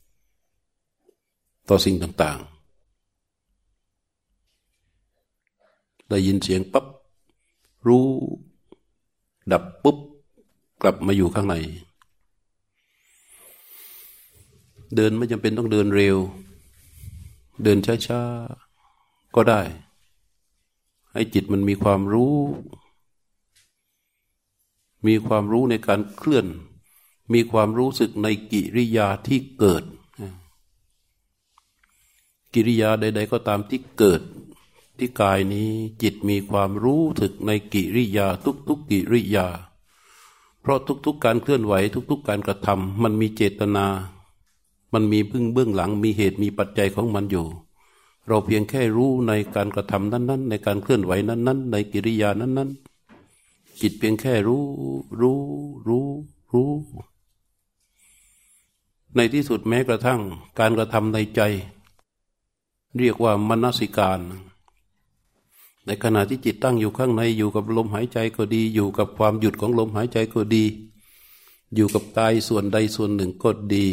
ต่อสิ่งต่างๆได้ยินเสียงปั๊บรู้ดับปุ๊บกลับมาอยู่ข้างในเดินไม่จำเป็นต้องเดินเร็วเดินช้าๆก็ได้ให้จิตมันมีความรู้ในการเคลื่อนมีความรู้สึกในกิริยาที่เกิดกิริยาใดๆก็ตามที่เกิดที่กายนี้จิตมีความรู้สึกในกิริยาทุกๆกิริยาเพราะทุกๆการเคลื่อนไหวทุกๆการกระทำมันมีเจตนามันมีเบื้องหลังมีเหตุมีปัจจัยของมันอยู่เราเพียงแค่รู้ในการกระทำนั้นๆในการเคลื่อนไหวนั้นๆในกิริยานั้นๆจิตเพียงแค่รู้ในที่สุดแม้กระทั่งการกระทำในใจเรียกว่ามนสิการในขณะที่จิตตั้งอยู่ข้างในอยู่กับลมหายใจก็ดีอยู่กับความหยุดของลมหายใจก็ดีอยู่กับกายส่วนใดส่วนหนึ่งก็ดี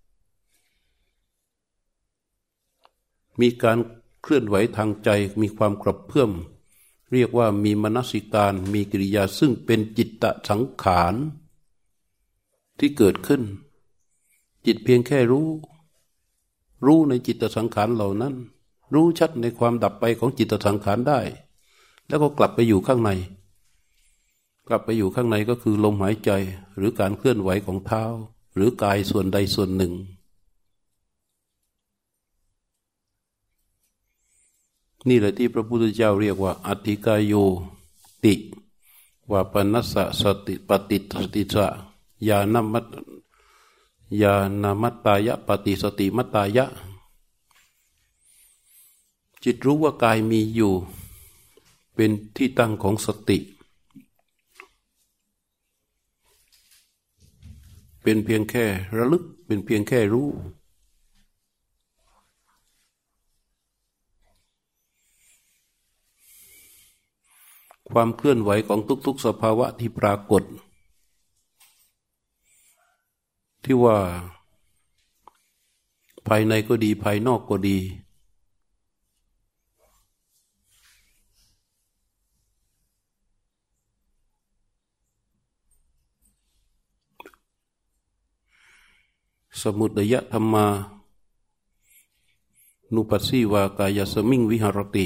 มีการเคลื่อนไหวทางใจมีความกระเพื่อมเรียกว่ามีมนสิการมีกิริยาซึ่งเป็นจิตตสังขารที่เกิดขึ้นจิตเพียงแค่รู้ในจิตตสังขารเหล่านั้นรู้ชัดในความดับไปของจิตตสังขารได้แล้วก็กลับไปอยู่ข้างในก็คือลมหายใจหรือการเคลื่อนไหวของเท้าหรือกายส่วนใดส่วนหนึ่งนี่แหละที่พระพุทธเจ้าเรียกว่าอธิกายโยติวาปนัสสะสติปฏิสติสะญาณมัตตายะปฏิสติมัตตายะจิตรู้ว่ากายมีอยู่เป็นที่ตั้งของสติเป็นเพียงแค่ระลึกเป็นเพียงแค่รู้ความเคลื่อนไหวของทุกๆสภาวะที่ปรากฏที่ว่าภายในก็ดีภายนอกก็ดีสมุทัยธรรมานุปัสสีวากายสมิงวิหารติ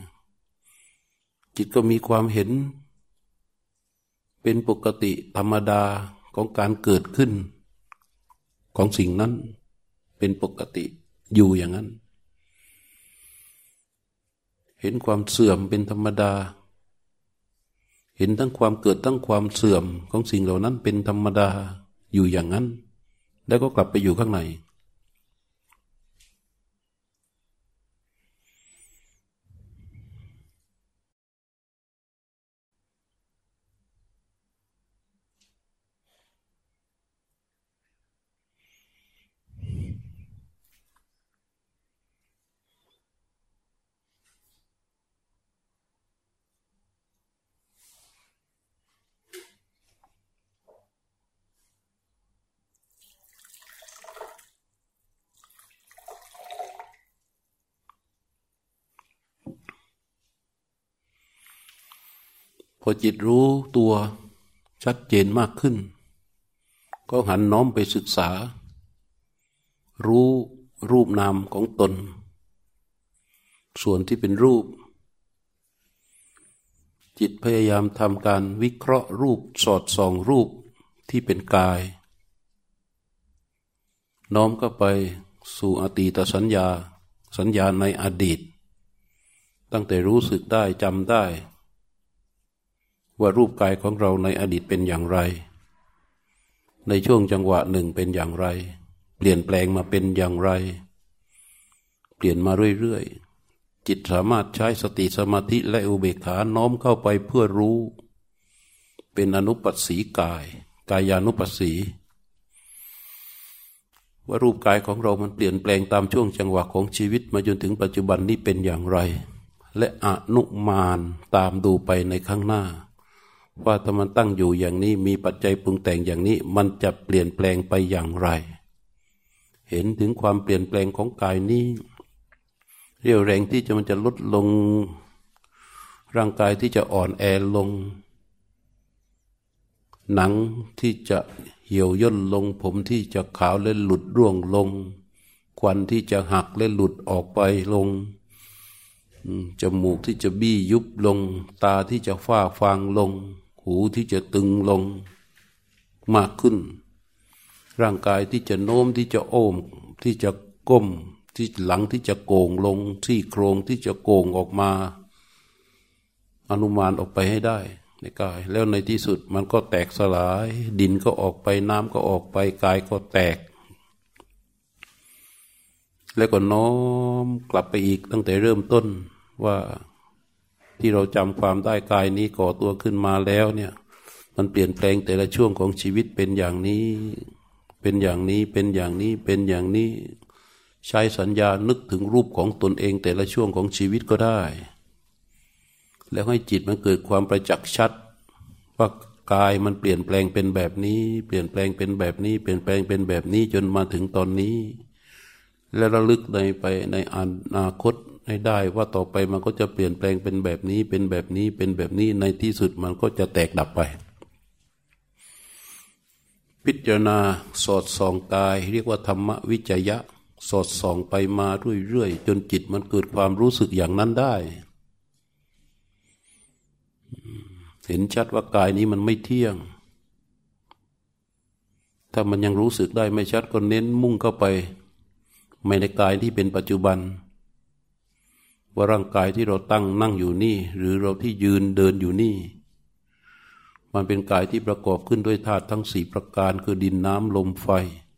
จิตก็มีความเห็นเป็นปกติธรรมดาของการเกิดขึ้นของสิ่งนั้นเป็นปกติอยู่อย่างนั้นเห็นความเสื่อมเป็นธรรมดาเห็นทั้งความเกิดทั้งความเสื่อมของสิ่งเหล่านั้นเป็นธรรมดาอยู่อย่างนั้นแล้วก็กลับไปอยู่ข้างในพอจิตรู้ตัวชัดเจนมากขึ้นก็หันน้อมไปศึกษารู้รูปนามของตนส่วนที่เป็นรูปจิตพยายามทำการวิเคราะห์รูปสอดส่องรูปที่เป็นกายน้อมเข้าไปสู่อดีตสัญญาในอดีตตั้งแต่รู้สึกได้จำได้ว่ารูปกายของเราในอดีตเป็นอย่างไรในช่วงจังหวะหนึ่งเป็นอย่างไรเปลี่ยนแปลงมาเป็นอย่างไรเปลี่ยนมาเรื่อยจิตสามารถใช้สติสมาธิและอุเบกขาน้อมเข้าไปเพื่อรู้เป็นอนุปัสสีกายกายานุปัสสีว่ารูปกายของเรามันเปลี่ยนแปลงตามช่วงจังหวะของชีวิตมาจนถึงปัจจุบันนี้เป็นอย่างไรและอนุมานตามดูไปในข้างหน้าว่าถ้ามันตั้งอยู่อย่างนี้มีปัจจัยปรุงแต่งอย่างนี้มันจะเปลี่ยนแปลงไปอย่างไรเห็นถึงความเปลี่ยนแปลงของกายนี้เรี่ยวแรงที่มันจะลดลงร่างกายที่จะอ่อนแอลงหนังที่จะเหี่ยวย่นลงผมที่จะขาวและหลุดร่วงลงควันที่จะหักและหลุดออกไปลงจมูกที่จะบี้ยุบลงตาที่จะฝ้าฟางลงหูที่จะตึงลงมากขึ้นร่างกายที่จะโน้มที่จะโอ้มที่จะก้มที่หลังที่จะโก่งลงที่โครงที่จะโก่งออกมาอนุมานออกไปให้ได้ในกายแล้วในที่สุดมันก็แตกสลายดินก็ออกไปน้ำก็ออกไปกายก็แตกแล้วก็น้อมกลับไปอีกตั้งแต่เริ่มต้นว่าที่เราจำความได้กายนี้ก่อตัวขึ้นมาแล้วเนี่ยมันเปลี่ยนแปลงแต่ละช่วงของชีวิตเป็นอย่างนี้เป็นอย่างนี้เป็นอย่างนี้เป็นอย่างนี้ใช้สัญญานึกถึงรูปของตนเองแต่ละช่วงของชีวิตก็ได้แล้วให้จิตมันเกิดความประจักษ์ชัดว่ากายมันเปลี่ยนแปลงเป็นแบบนี้เปลี่ยนแปลงเป็นแบบนี้เปลี่ยนแปลงเป็นแบบนี้จนมาถึงตอนนี้แล้วระลึกไปในอนาคตให้ได้ว่าต่อไปมันก็จะเปลี่ยนแปลงเป็นแบบนี้เป็นแบบนี้เป็นแบบนี้ในที่สุดมันก็จะแตกดับไปพิจารณาสอดส่องกายเรียกว่าธรรมวิจยะสอดส่องไปมาเรื่อยๆจนจิตมันเกิดความรู้สึกอย่างนั้นได้เห็นชัดว่ากายนี้มันไม่เที่ยงถ้ามันยังรู้สึกได้ไม่ชัดก็เน้นมุ่งเข้าไปไม่ในกายที่เป็นปัจจุบันว่าร่างกายที่เราตั้งนั่งอยู่นี่หรือเราที่ยืนเดินอยู่นี่มันเป็นกายที่ประกอบขึ้นด้วยธาตุทั้งสี่ประการคือดินน้ำลมไฟ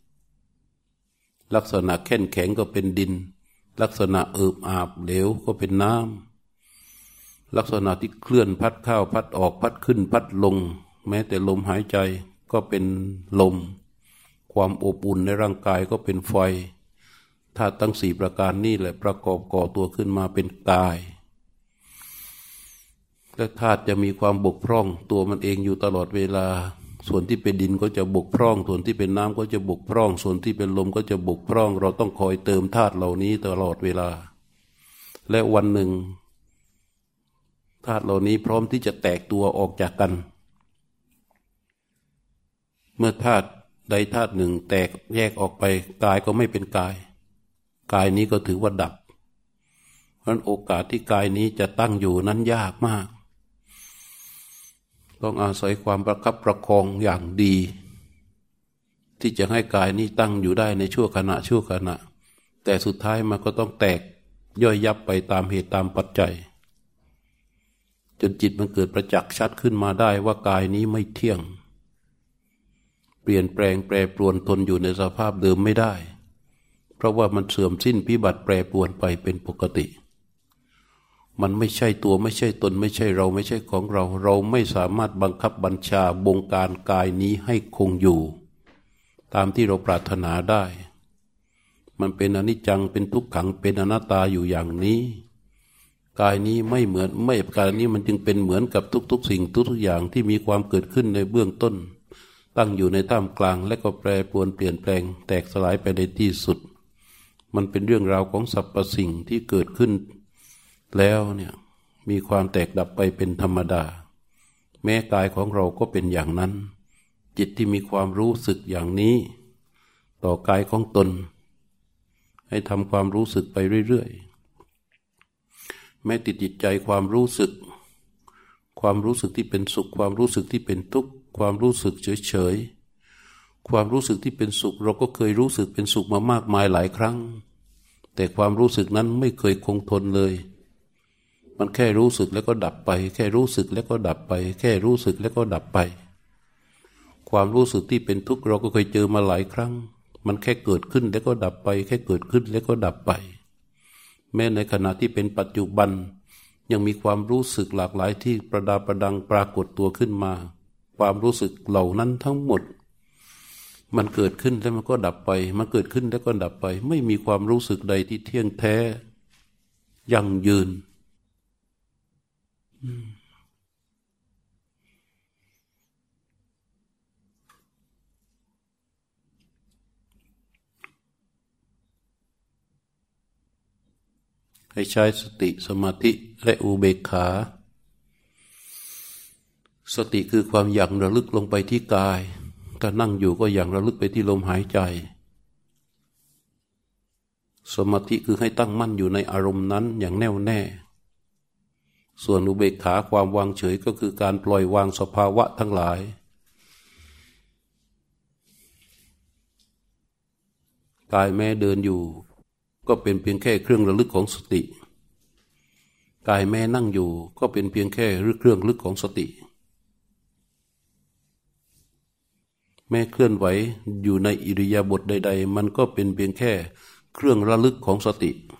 ลักษณะแข็งแข็งก็เป็นดินลักษณะเอิบอาบเหลวก็เป็นน้ำลักษณะที่เคลื่อนพัดเข้าพัดออกพัดขึ้นพัดลงแม้แต่ลมหายใจก็เป็นลมความอบอุ่นในร่างกายก็เป็นไฟธาตุทั้งสี่ประการนี่แหละประกอบก่อตัวขึ้นมาเป็นกายและธาตุจะมีความบกพร่องตัวมันเองอยู่ตลอดเวลาส่วนที่เป็นดินก็จะบกพร่องส่วนที่เป็นน้ำก็จะบกพร่องส่วนที่เป็นลมก็จะบกพร่องเราต้องคอยเติมธาตุเหล่านี้ตลอดเวลาและวันหนึ่งธาตุเหล่านี้พร้อมที่จะแตกตัวออกจากกันเมื่อธาตุใดธาตุหนึ่งแตกแยกออกไปกายก็ไม่เป็นกายกายนี้ก็ถือว่าดับเพราะฉะนั้นโอกาสที่กายนี้จะตั้งอยู่นั้นยากมากต้องอาศัยความประคับประคองอย่างดีที่จะให้กายนี้ตั้งอยู่ได้ในชั่วขณะแต่สุดท้ายมันก็ต้องแตกย่อยยับไปตามเหตุตามปัจจัยจนจิตมันเกิดประจักษ์ชัดขึ้นมาได้ว่ากายนี้ไม่เที่ยงเปลี่ยนแปลงแปรปรวนทนอยู่ในสภาพเดิมไม่ได้เพราะว่ามันเสื่อมสิ้นพิบัติแปรปรวนไปเป็นปกติมันไม่ใช่ตัวไม่ใช่ตนไม่ใช่เราไม่ใช่ของเราเราไม่สามารถบังคับบัญชาบงการกายนี้ให้คงอยู่ตามที่เราปรารถนาได้มันเป็นอนิจจังเป็นทุกขังเป็นอนัตตาอยู่อย่างนี้กายนี้ไม่เหมือนไม่กายนี้มันจึงเป็นเหมือนกับทุกๆสิ่งทุกๆอย่างที่มีความเกิดขึ้นในเบื้องต้นตั้งอยู่ในท่ามกลางและก็แปรปรวนเปลี่ยนแปลงแตกสลายไปในที่สุดมันเป็นเรื่องราวของสรรพสิ่งที่เกิดขึ้นแล้วเนี่ยมีความแตกดับไปเป็นธรรมดาแม้กายของเราก็เป็นอย่างนั้นจิตที่มีความรู้สึกอย่างนี้ต่อกายของตนให้ทำความรู้สึกไปเรื่อยๆแม้ติดจิตใจความรู้สึกที่เป็นสุขความรู้สึกที่เป็นทุกข์ความรู้สึกเฉยๆความรู้สึกที่เป็นสุขเราก็เคยรู้สึกเป็นสุขมามากมายหลายครั้งแต่ความรู้สึกนั้นไม่เคยคงทนเลยมันแค่รู้สึกแล้วก็ดับไปแค่รู้สึกแล้วก็ดับไปแค่รู้สึกแล้วก็ดับไปความรู้สึกที่เป็นทุกข์เราก็เคยเจอมาหลายครั้งมันแค่เกิดขึ้นแล้วก็ดับไปแค่เกิดขึ้นแล้วก็ดับไปแม้ในขณะที่เป็นปัจจุบันยังมีความรู้สึกหลากหลายที่ประดาประดังปรากฏตัวขึ้นมาความรู้สึกเหล่านั้นทั้งหมดมันเกิดขึ้นแล้วมันก็ดับไปมันเกิดขึ้นแล้วก็ดับไปไม่มีความรู้สึกใดที่เที่ยงแท้ยั่งยืนให้ใช้สติสมาธิและอุเบกขาสติคือความอย่างระลึกลงไปที่กายถ้านั่งอยู่ก็อย่างระลึกไปที่ลมหายใจสมาธิคือให้ตั้งมั่นอยู่ในอารมณ์นั้นอย่างแน่วแน่ส่วนอุเบกขาความวางเฉยก็คือการปล่อยวางสภาวะทั้งหลายกายแม้เดินอยู่ก็เป็นเพียงแค่เครื่องระลึกของสติกายแม้นั่งอยู่ก็เป็นเพียงแค่เครื่องระลึกของสติแม้เคลื่อนไหวอยู่ในอิริยาบถใดๆมันก็เป็นเพียงแค่เครื่องระลึกของสติ